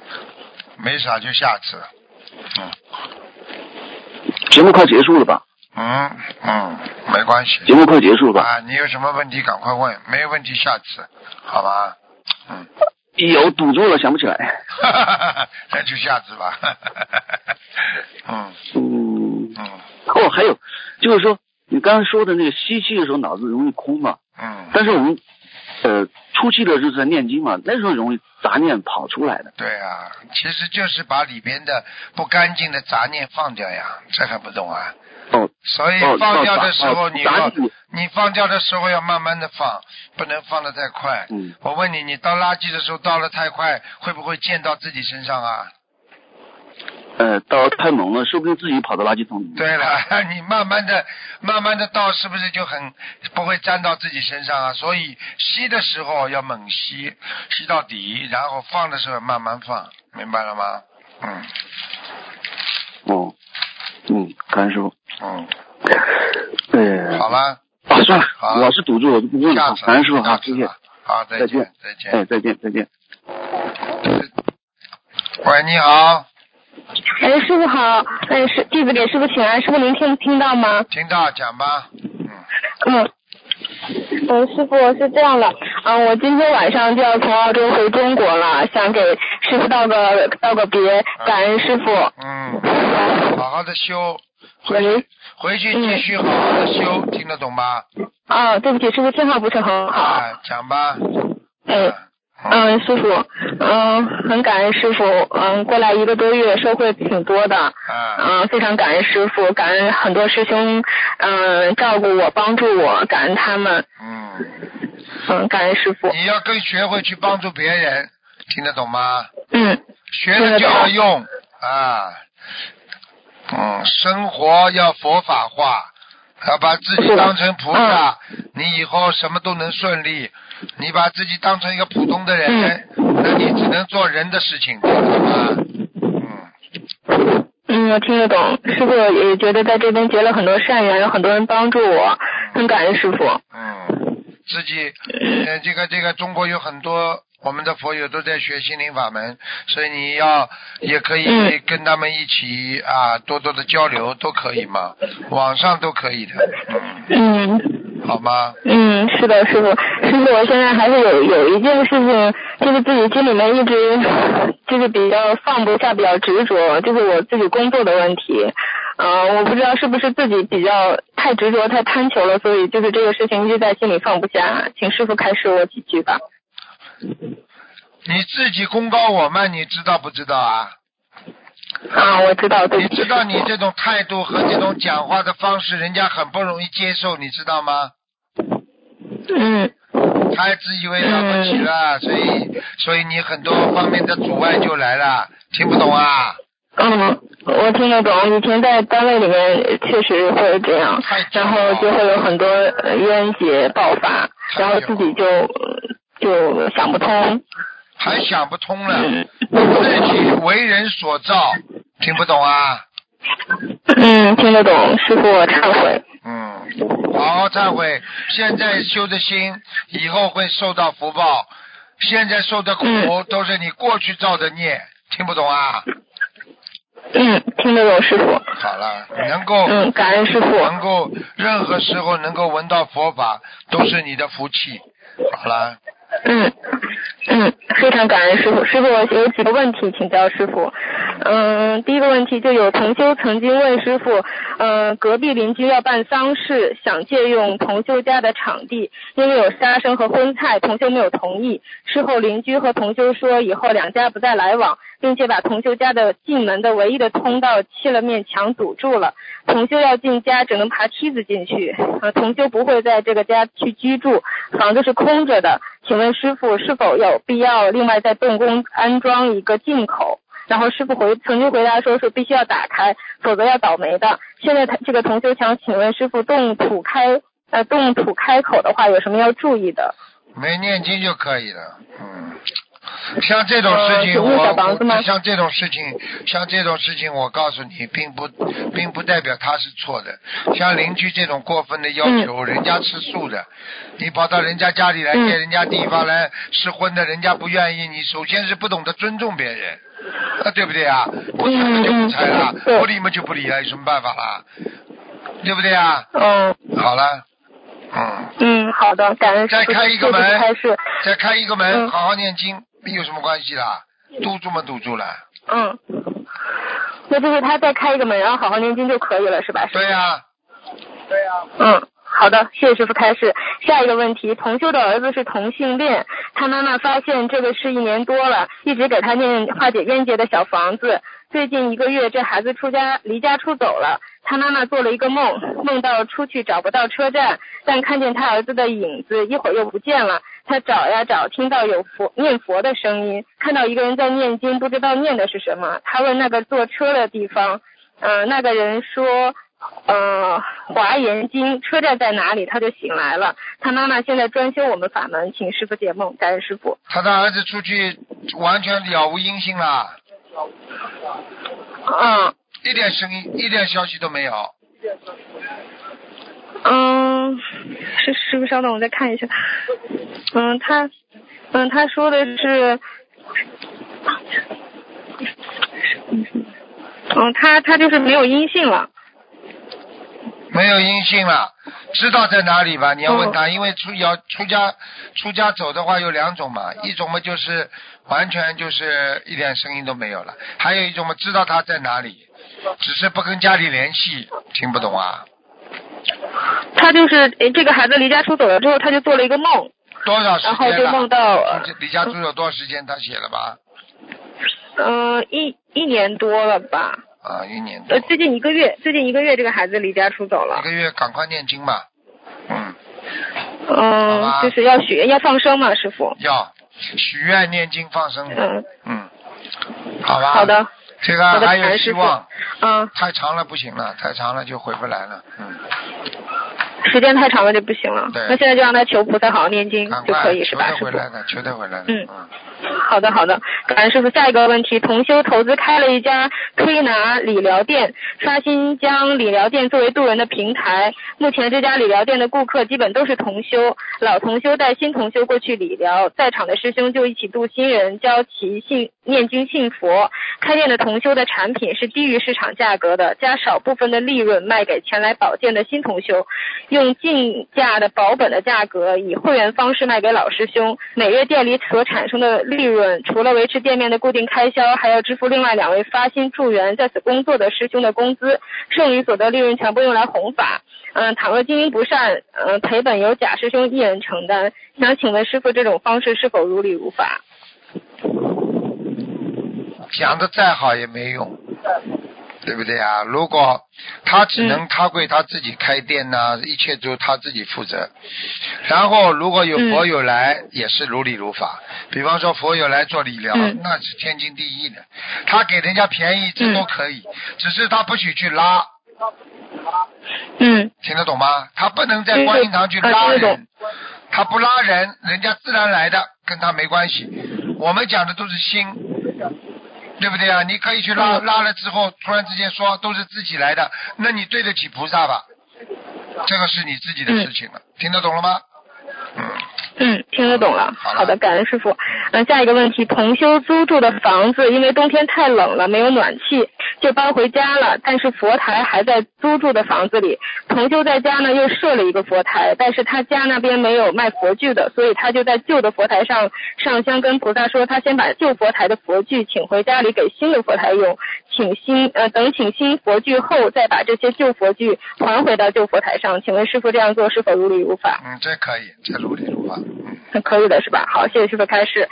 没啥就下次。 节目快结束了吧？ 没关系。 节目快结束吧。 啊，你有什么问题赶快问，没有问题下次，好吧？ 有堵住了，想不起来。 那就下次吧。 还有就是说，你刚刚说的那个吸气的时候脑子容易空嘛。但是我们出气的时候在念经嘛，那时候容易杂念跑出来的。 对啊，其实就是把里边的不干净的杂念放掉呀，这还不懂啊？所以放掉的时候你放掉的时候要慢慢的放，不能放得太快。我问你，你倒垃圾的时候倒得太快，会不会溅到自己身上啊？ 倒太猛了，说不定自己跑到垃圾桶里面。 对了，你慢慢的倒，是不是就很不会沾到自己身上啊？所以吸的时候要猛吸，吸到底，然后放的时候慢慢放，明白了吗？ 感恩师傅。 好了。 算了，老是堵住我就不问了。感恩师傅，好，谢谢。 好，再见。 再见。 喂，你好。 师傅好，弟子给师傅请安，师傅您听到吗？ 听到，讲吧。 师傅是这样的，我今天晚上就要从澳洲回中国了，想给师傅道个别，感恩师傅。 好好的修，回去继续好好的修，听得懂吗？ 对不起，师傅信号不是很好。 讲吧。 师傅，很感恩师傅，过来1个多月收获挺多的，非常感恩师傅，感恩很多师兄，照顾我，帮助我，感恩他们，感恩师傅。 你要更学会去帮助别人，听得懂吗？学了就要用生活要佛法化，要把自己当成菩萨，你以后什么都能顺利。你把自己当成一个普通的人，那你只能做人的事情，听得懂吗？ 我听得懂，师傅也觉得在这边结了很多善缘，有很多人帮助我，很感恩师傅。 自己这个中国有很多我们的佛友都在学心灵法门，所以你也可以跟他们一起多多的交流，都可以嘛，网上都可以的。好吗？ 是的，师傅，我现在还是有一件事情，就是自己心里面一直就是比较放不下，比较执着，就是我自己工作的问题。我不知道是不是自己比较太执着、太贪求了，所以就是这个事情一直在心里放不下，请师傅开示我几句吧。 你自己功高我慢，你知道不知道啊？ 我知道，对。 你知道你这种态度和这种讲话的方式，人家很不容易接受，你知道吗？太自以为了不起了，所以你很多方面的阻碍就来了，听不懂啊？ 我听得懂，以前在单位里面确实会这样，然后就会有很多冤结爆发，然后自己就想不通。 还想不通了，自己为人所造，听不懂啊？ 听得懂，师傅我忏悔。 好好忏悔，现在修的心，以后会受到福报，现在受的苦都是你过去造的孽，听不懂啊？ 听得懂师傅。 好了，能够感恩师傅， 能够任何时候能够闻到佛法，都是你的福气。好了。 非常感恩师傅。师傅，我有几个问题请教师傅。第一个问题，就有同修曾经问师傅，隔壁邻居要办丧事，想借用同修家的场地，因为有杀生和荤菜，同修没有同意。事后邻居和同修说，以后两家不再来往，并且把同修家的进门的唯一的通道砌了面墙堵住了，同修要进家只能爬梯子进去。同修不会在这个家去居住，房子是空着的。请问师傅是否有必要另外在动工安装一个进口？然后师傅曾经回答说是必须要打开，否则要倒霉的。现在这个同修想请问师傅，动土开口的话有什么要注意的？ 没念经就可以了。像这种事情像这种事情我告诉你并不代表他是错的。像邻居这种过分的要求，人家吃素的，你跑到人家家里来借人家地方来吃荤的，人家不愿意，你首先是不懂得尊重别人，对不对啊？不睬就不睬了，不理嘛就不理了，有什么办法啦？ 对不对啊？好了。 好的，感恩师父。 再开一个门，再开一个门，好好念经，有什么关系啦？堵住嘛，堵住了。 那就是他再开一个门，然后好好念经就可以了，是吧？ 对呀。 好的，谢谢师父开示。下一个问题，同修的儿子是同性恋，他妈妈发现这个事1年多了，一直给他念化解冤结的小房子。最近1个月，这孩子离家出走了，他妈妈做了一个梦，梦到出去找不到车站，但看见他儿子的影子，一会儿又不见了。他找呀找，听到有念佛的声音，看到一个人在念经，不知道念的是什么。他问那个坐车的地方，那个人说华严经车站在哪里，他就醒来了。他妈妈现在专修我们法门，请师父解梦，感恩师父。 他的儿子出去完全了无音信了。一点声音，一点消息都没有。 师父稍等，我再看一下。他说的是，他就是没有音信了。 没有音信了，知道在哪里吧？你要问他，因为出家走的话有2种嘛，一种嘛就是完全就是一点声音都没有了，还有一种嘛知道他在哪里，只是不跟家里联系，听不懂啊？ 他就是这个孩子离家出走了之后，他就做了一个梦。 多少时间了？ 然后就梦到离家出走多少时间？他写了吧？ 一年多了吧。 1年多。 最近一个月，这个孩子离家出走了。 1个月，赶快念经吧。 就是要许愿，要放生嘛，师父。 要许愿、念经、放生。好吧。 好的。 这个还有希望。太长了不行了，太长了就回不来了。 时间太长了就不行了。那现在就让他求菩萨好好念经就可以，是吧？ 求得回来的，求得回来的。 好的，感恩师父。下一个问题，同修投资开了一家推拿理疗店，发心将理疗店作为渡人的平台。目前这家理疗店的顾客基本都是同修，老同修带新同修过去理疗，在场的师兄就一起度新人，教其念经信佛。开店的同修的产品是低于市场价格的，加少部分的利润卖给前来保健的新同修，用进价的保本的价格以会员方式卖给老师兄。每月店里所产生的利润除了维持店面的固定开销，还要支付另外2位发心助缘在此工作的师兄的工资，剩余所得利润全部用来弘法。倘若经营不善，赔本由假师兄一人承担。想请问师父，这种方式是否如理如法？ 讲的再好也没用，对不对啊？如果他只能他归他自己开店呢，一切都他自己负责。然后如果有佛友来，也是如理如法。比方说佛友来做理疗，那是天经地义的。他给人家便宜，这都可以，只是他不许去拉。听得懂吗？他不能在观音堂去拉人，他不拉人，人家自然来的，跟他没关系。我们讲的都是心。对不对啊？你可以去拉了之后，突然之间说都是自己来的，那你对得起菩萨吧？这个是你自己的事情了，听得懂了吗？ 听得懂了。好的，感恩师父。下一个问题，同修租住的房子因为冬天太冷了，没有暖气，就搬回家了，但是佛台还在租住的房子里。同修在家呢又设了一个佛台，但是他家那边没有卖佛具的，所以他就在旧的佛台上上香，跟菩萨说他先把旧佛台的佛具请回家里给新的佛台用，等请新佛具后再把这些旧佛具还回到旧佛台上。请问师父这样做是否如理如法？ 这可以，这如理如法。 可以的是吧？好，谢谢师父开示。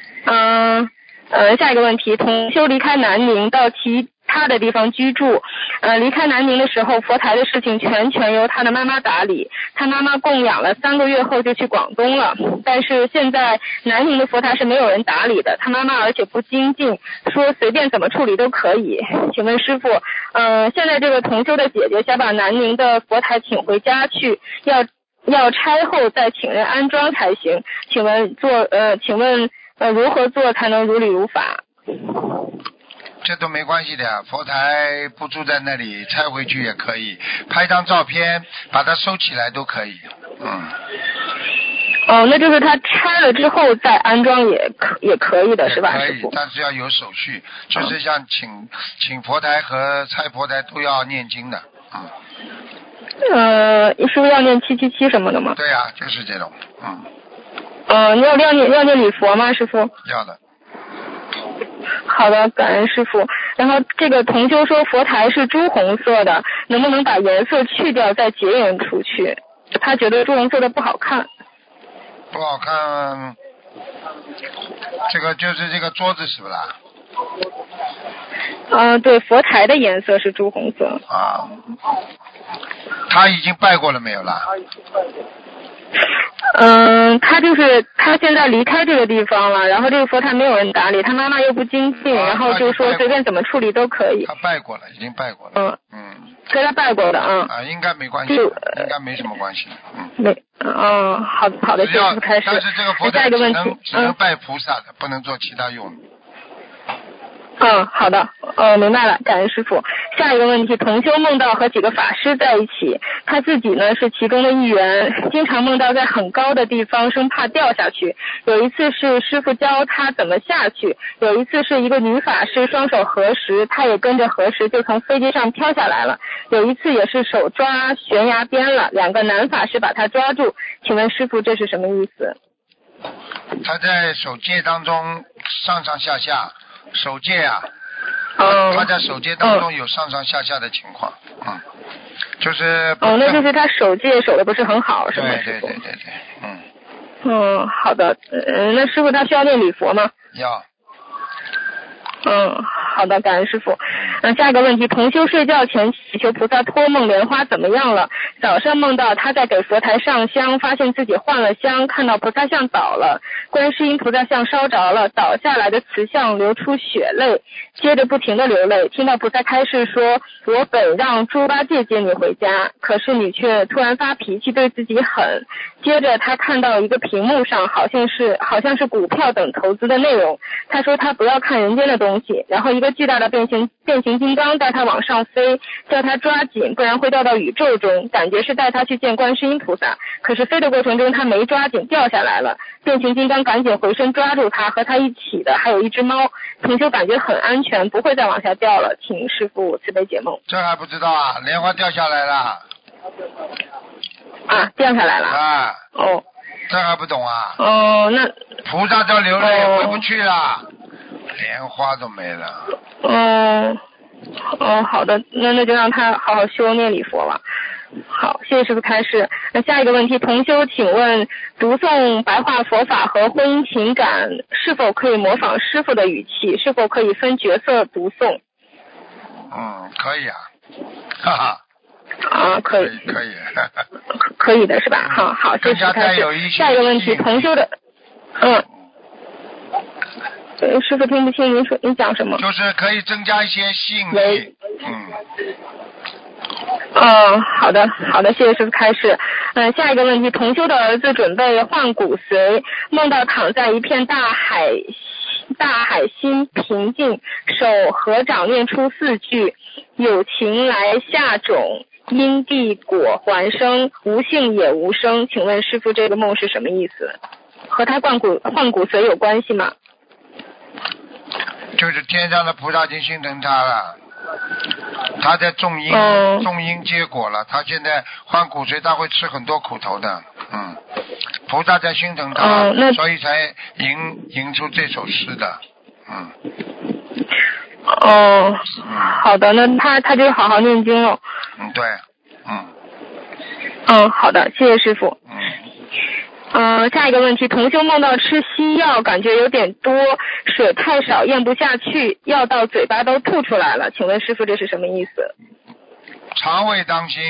下一个问题，同修离开南宁到其他的地方居住，离开南宁的时候，佛台的事情全由他的妈妈打理，他妈妈供养了3个月后就去广东了，但是现在南宁的佛台是没有人打理的，他妈妈而且不精进，说随便怎么处理都可以。请问师父，现在这个同修的姐姐想把南宁的佛台请回家去，要拆后再请人安装才行，请问如何做才能如理如法？ 这都没关系的，佛台不住在那里，拆回去也可以，拍张照片把它收起来都可以。 那就是他拆了之后再安装也可以的是吧？ 可以，但是要有手续，就是像请佛台和拆佛台都要念经的。 是不是要念777什么的吗？ 对呀，就是这种， 要念礼佛吗，师傅？ 要的。 好的，感恩师傅。然后这个同修说佛台是朱红色的，能不能把颜色去掉再结缘出去？他觉得朱红色的不好看。 不好看，这个就是这个桌子是不啦？ 对，佛台的颜色是朱红色。 他已经拜过了没有啦？ 他现在离开这个地方了，然后这个佛台没有人打理，他妈妈又不精进，然后就说随便怎么处理都可以。 他拜过了，已经拜过了。 跟他拜过的应该没关系，应该没什么关系。 好的，谢谢开始。 但是这个佛台只能拜菩萨的，不能做其他用的。 好的，明白了，感恩师傅。下一个问题，同修梦到和几个法师在一起，他自己呢是其中的一员，经常梦到在很高的地方，生怕掉下去。有一次是师傅教他怎么下去，有一次是一个女法师双手合十，他也跟着合十，就从飞机上飘下来了。有一次也是手抓悬崖边了，两个男法师把他抓住，请问师傅这是什么意思？ 他在守戒当中上上下下。守戒啊，他在守戒当中有上上下下的情况，就是那就是他守戒守的不是很好，是吗？ 对， 好的，那师傅他需要念礼佛吗？ 要。 好的，感恩师傅。下一个问题，同修睡觉前祈求菩萨托梦莲花怎么样了？早上梦到他在给佛台上香，发现自己换了香，看到菩萨像倒了，观世音菩萨像烧着了，倒下来的瓷像流出血泪，接着不停的流泪，听到菩萨开示说，我本让猪八戒接你回家，可是你却突然发脾气对自己狠。接着他看到一个屏幕上好像是股票等投资的内容，他说他不要看人间的东西，然后一个巨大的变形金刚带他往上飞，叫他抓紧，不然会掉到宇宙中，感觉是带他去见观世音菩萨，可是飞的过程中他没抓紧，掉下来了，变形金刚赶紧回身抓住他，和他一起的还有一只猫，同修感觉很安全，不会再往下掉了，请师父慈悲解梦。 这还不知道啊？莲花掉下来了。 掉下来了。 这还不懂啊？ 那菩萨都流泪回不去了，莲花都没了。 好的，那就让他好好修念礼佛了。好，谢谢师父开示。那下一个问题，同修请问，读诵白话佛法和婚姻情感是否可以模仿师父的语气？是否可以分角色读诵？ 可以啊，哈哈。 可以，可以的是吧？好，谢谢开始。下一个问题，同修的，师傅听不清您讲什么？ 就是可以增加一些吸引力。 好的，谢谢师傅开示。下一个问题，同修的儿子准备换骨髓，梦到躺在一片大海心平静，手合掌念出4句：有情来下种，因地果还生，无性也无生。请问师父这个梦是什么意思？和他换骨髓有关系吗？ 就是天上的菩萨已经心疼他了，他在种因结果了，他现在换骨髓，他会吃很多苦头的。菩萨在心疼他，所以才吟出这首诗的。 好的，那他就好好念经了。 对。 好的，谢谢师傅。下一个问题，同修梦到吃西药，感觉有点多，水太少，咽不下去，药到嘴巴都吐出来了，请问师傅这是什么意思？ 肠胃当心。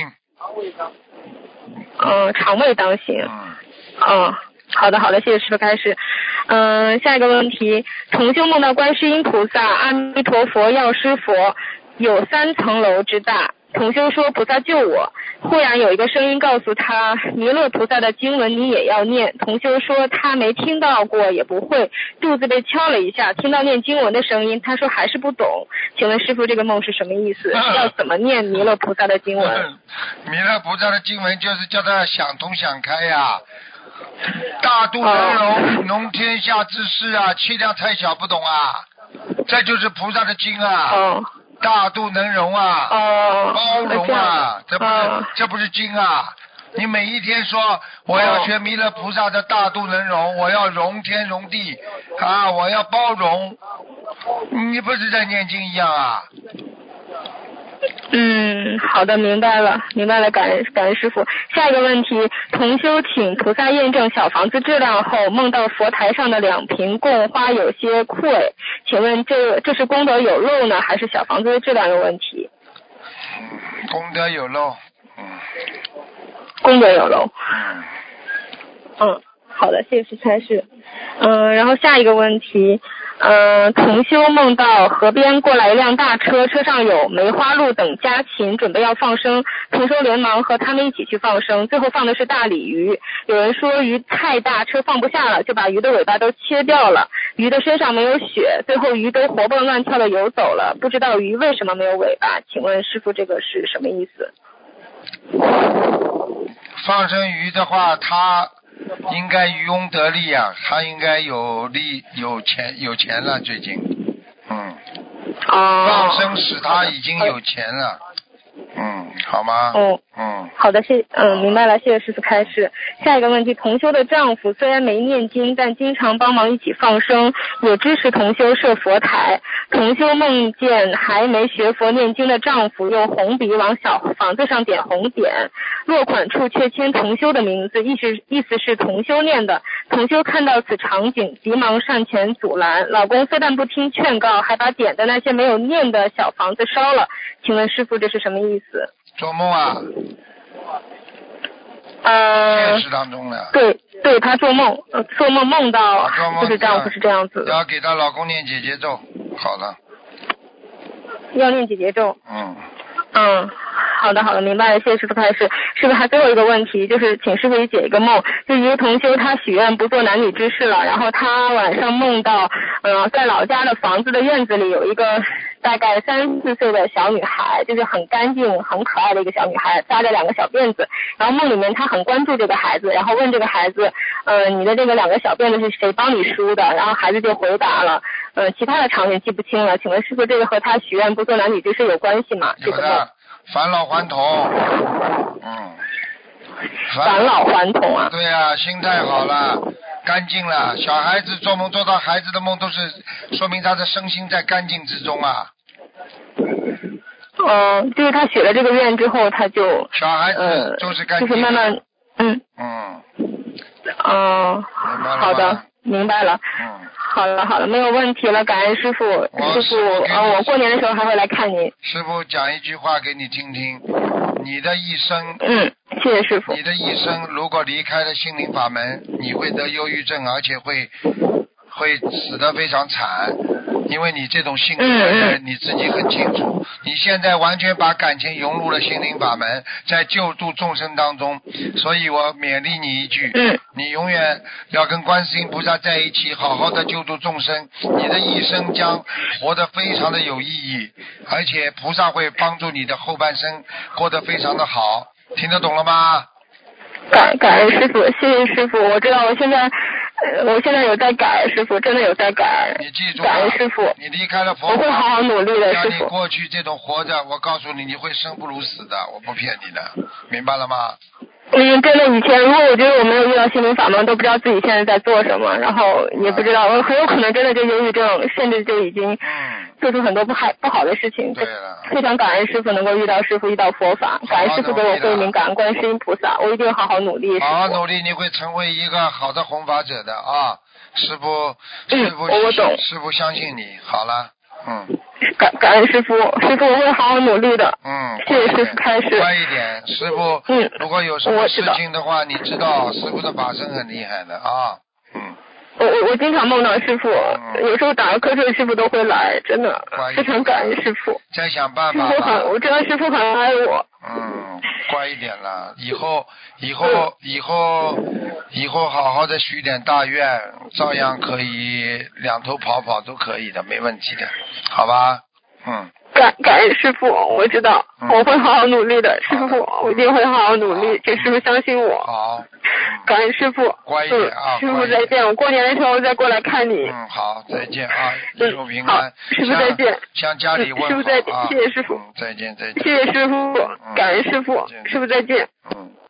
肠胃当心。好的，谢谢师傅开始。下一个问题，同修梦到观世音菩萨、阿弥陀佛、药师佛有3层楼之大。同修说菩萨救我，忽然有一个声音告诉他，弥勒菩萨的经文你也要念。同修说他没听到过也不会，肚子被敲了一下，听到念经文的声音，他说还是不懂，请问师父这个梦是什么意思？要怎么念弥勒菩萨的经文？ 弥勒菩萨的经文就是叫他想通想开呀，大度人容，容天下之事啊，气量太小不懂啊，这就是菩萨的经啊。 大度能容啊，包容啊，这不是经啊。你每一天说我要学弥勒菩萨的大度能容，我要容天容地啊，我要包容，你不是在念经一样啊？ 好的，明白了，感恩师父。下一个问题，同修请菩萨验证小房子质量后，梦到佛台上的2瓶供花有些枯萎，请问这是功德有漏呢，还是小房子的质量有问题？ 功德有漏。 功德有漏。好的，谢谢师开示。然后下一个问题，同修梦到河边过来一辆大车，车上有梅花鹿等家禽，准备要放生，同修连忙和他们一起去放生，最后放的是大鲤鱼。有人说鱼太大，车放不下了，就把鱼的尾巴都切掉了，鱼的身上没有血，最后鱼都活蹦乱跳的游走了，不知道鱼为什么没有尾巴，请问师父这个是什么意思？ 放生鱼的话，它应该渔翁得利啊，他应该有钱了最近，放生使他已经有钱了，好吗？ 好的，明白了，谢谢师父开示。下一个问题，同修的丈夫虽然没念经，但经常帮忙一起放生，也支持同修设佛台。同修梦见还没学佛念经的丈夫用红笔往小房子上点红点，落款处却签同修的名字，意思是同修念的。同修看到此场景，急忙上前阻拦，老公非但不听劝告，还把点的那些没有念的小房子烧了。请问师父这是什么意思？ 做梦啊？现实当中的。 对，她做梦梦到就是丈夫是这样子的。 要给她老公念姐姐咒，好了。 要念姐姐咒。好的，明白了，谢谢师父开示。师父还最后一个问题，就是请师父也解一个梦，就一个同修他许愿不做男女之事了，然后他晚上梦到在老家的房子的院子里有一个大概3、4岁的小女孩，就是很干净很可爱的一个小女孩，扎着2个小辫子，然后梦里面他很关注这个孩子，然后问这个孩子你的这个2个小辫子是谁帮你梳的，然后孩子就回答了其他的场景记不清了，请问师父这个和他许愿不做男女之事有关系吗？ 有的，返老还童。 返老还童啊。 对啊，心态好了，干净了。小孩子做梦做到孩子的梦，都是说明他的身心在干净之中啊。 就是他许了这个愿之后，他就小孩子就是干净， 就是慢慢好的，明白了。好了，没有问题了，感恩师父。师父，我过年的时候还会来看您。 师父讲一句话给你听听，你的一生， 谢谢师父。 你的一生如果离开了心灵法门，你会得忧郁症，而且会死得非常惨。因为你这种性格的人，你自己很清楚，你现在完全把感情融入了心灵法门，在救度众生当中，所以我勉励你一句，你永远要跟观世音菩萨在一起，好好的救度众生，你的一生将活得非常的有意义，而且菩萨会帮助你的后半生过得非常的好，听得懂了吗？ 感恩师父，谢谢师父，我知道我现在有在改，师父真的有在改。 你记住， 感恩师父， 你离开了佛法， 我会好好努力的，师父。 像你过去这种活着，我告诉你，你会生不如死的，我不骗你的，明白了吗？ 真的以前如果我觉得我没有遇到心灵法门，都不知道自己现在在做什么，然后也不知道，我很有可能真的就忧郁症，甚至就已经做出很多不好的事情。 对了， 非常感恩师父能够遇到师父，遇到佛法，感恩师父给我慧命，感恩观世音菩萨，我一定好好努力。 好好努力，你会成为一个好的弘法者的啊！师父， 我懂， 师父相信你。好了， 感恩师父，师父我会好好努力的。谢谢师父开始。 乖一点，师父。如果有什么事情的话，你知道师父的法身很厉害的啊。 我经常梦到师父，有时候打个瞌睡，师父都会来，真的非常感恩师父。 再想办法。 我知道师父很爱我。 乖一点了，以后好好的许点大愿，照样可以2头跑都可以的，没问题的，好吧？ 感恩师傅，我知道我会好好努力的，师傅，我一定会好好努力，请师傅相信我。 好， 感恩师傅。 乖一点啊， 师傅再见，我过年的时候再过来看你。 好，再见啊，一路平安。 师傅再见。 向家里问好。 师傅再见，谢谢师傅。 再见。 谢谢师傅，感恩师傅，师傅再见。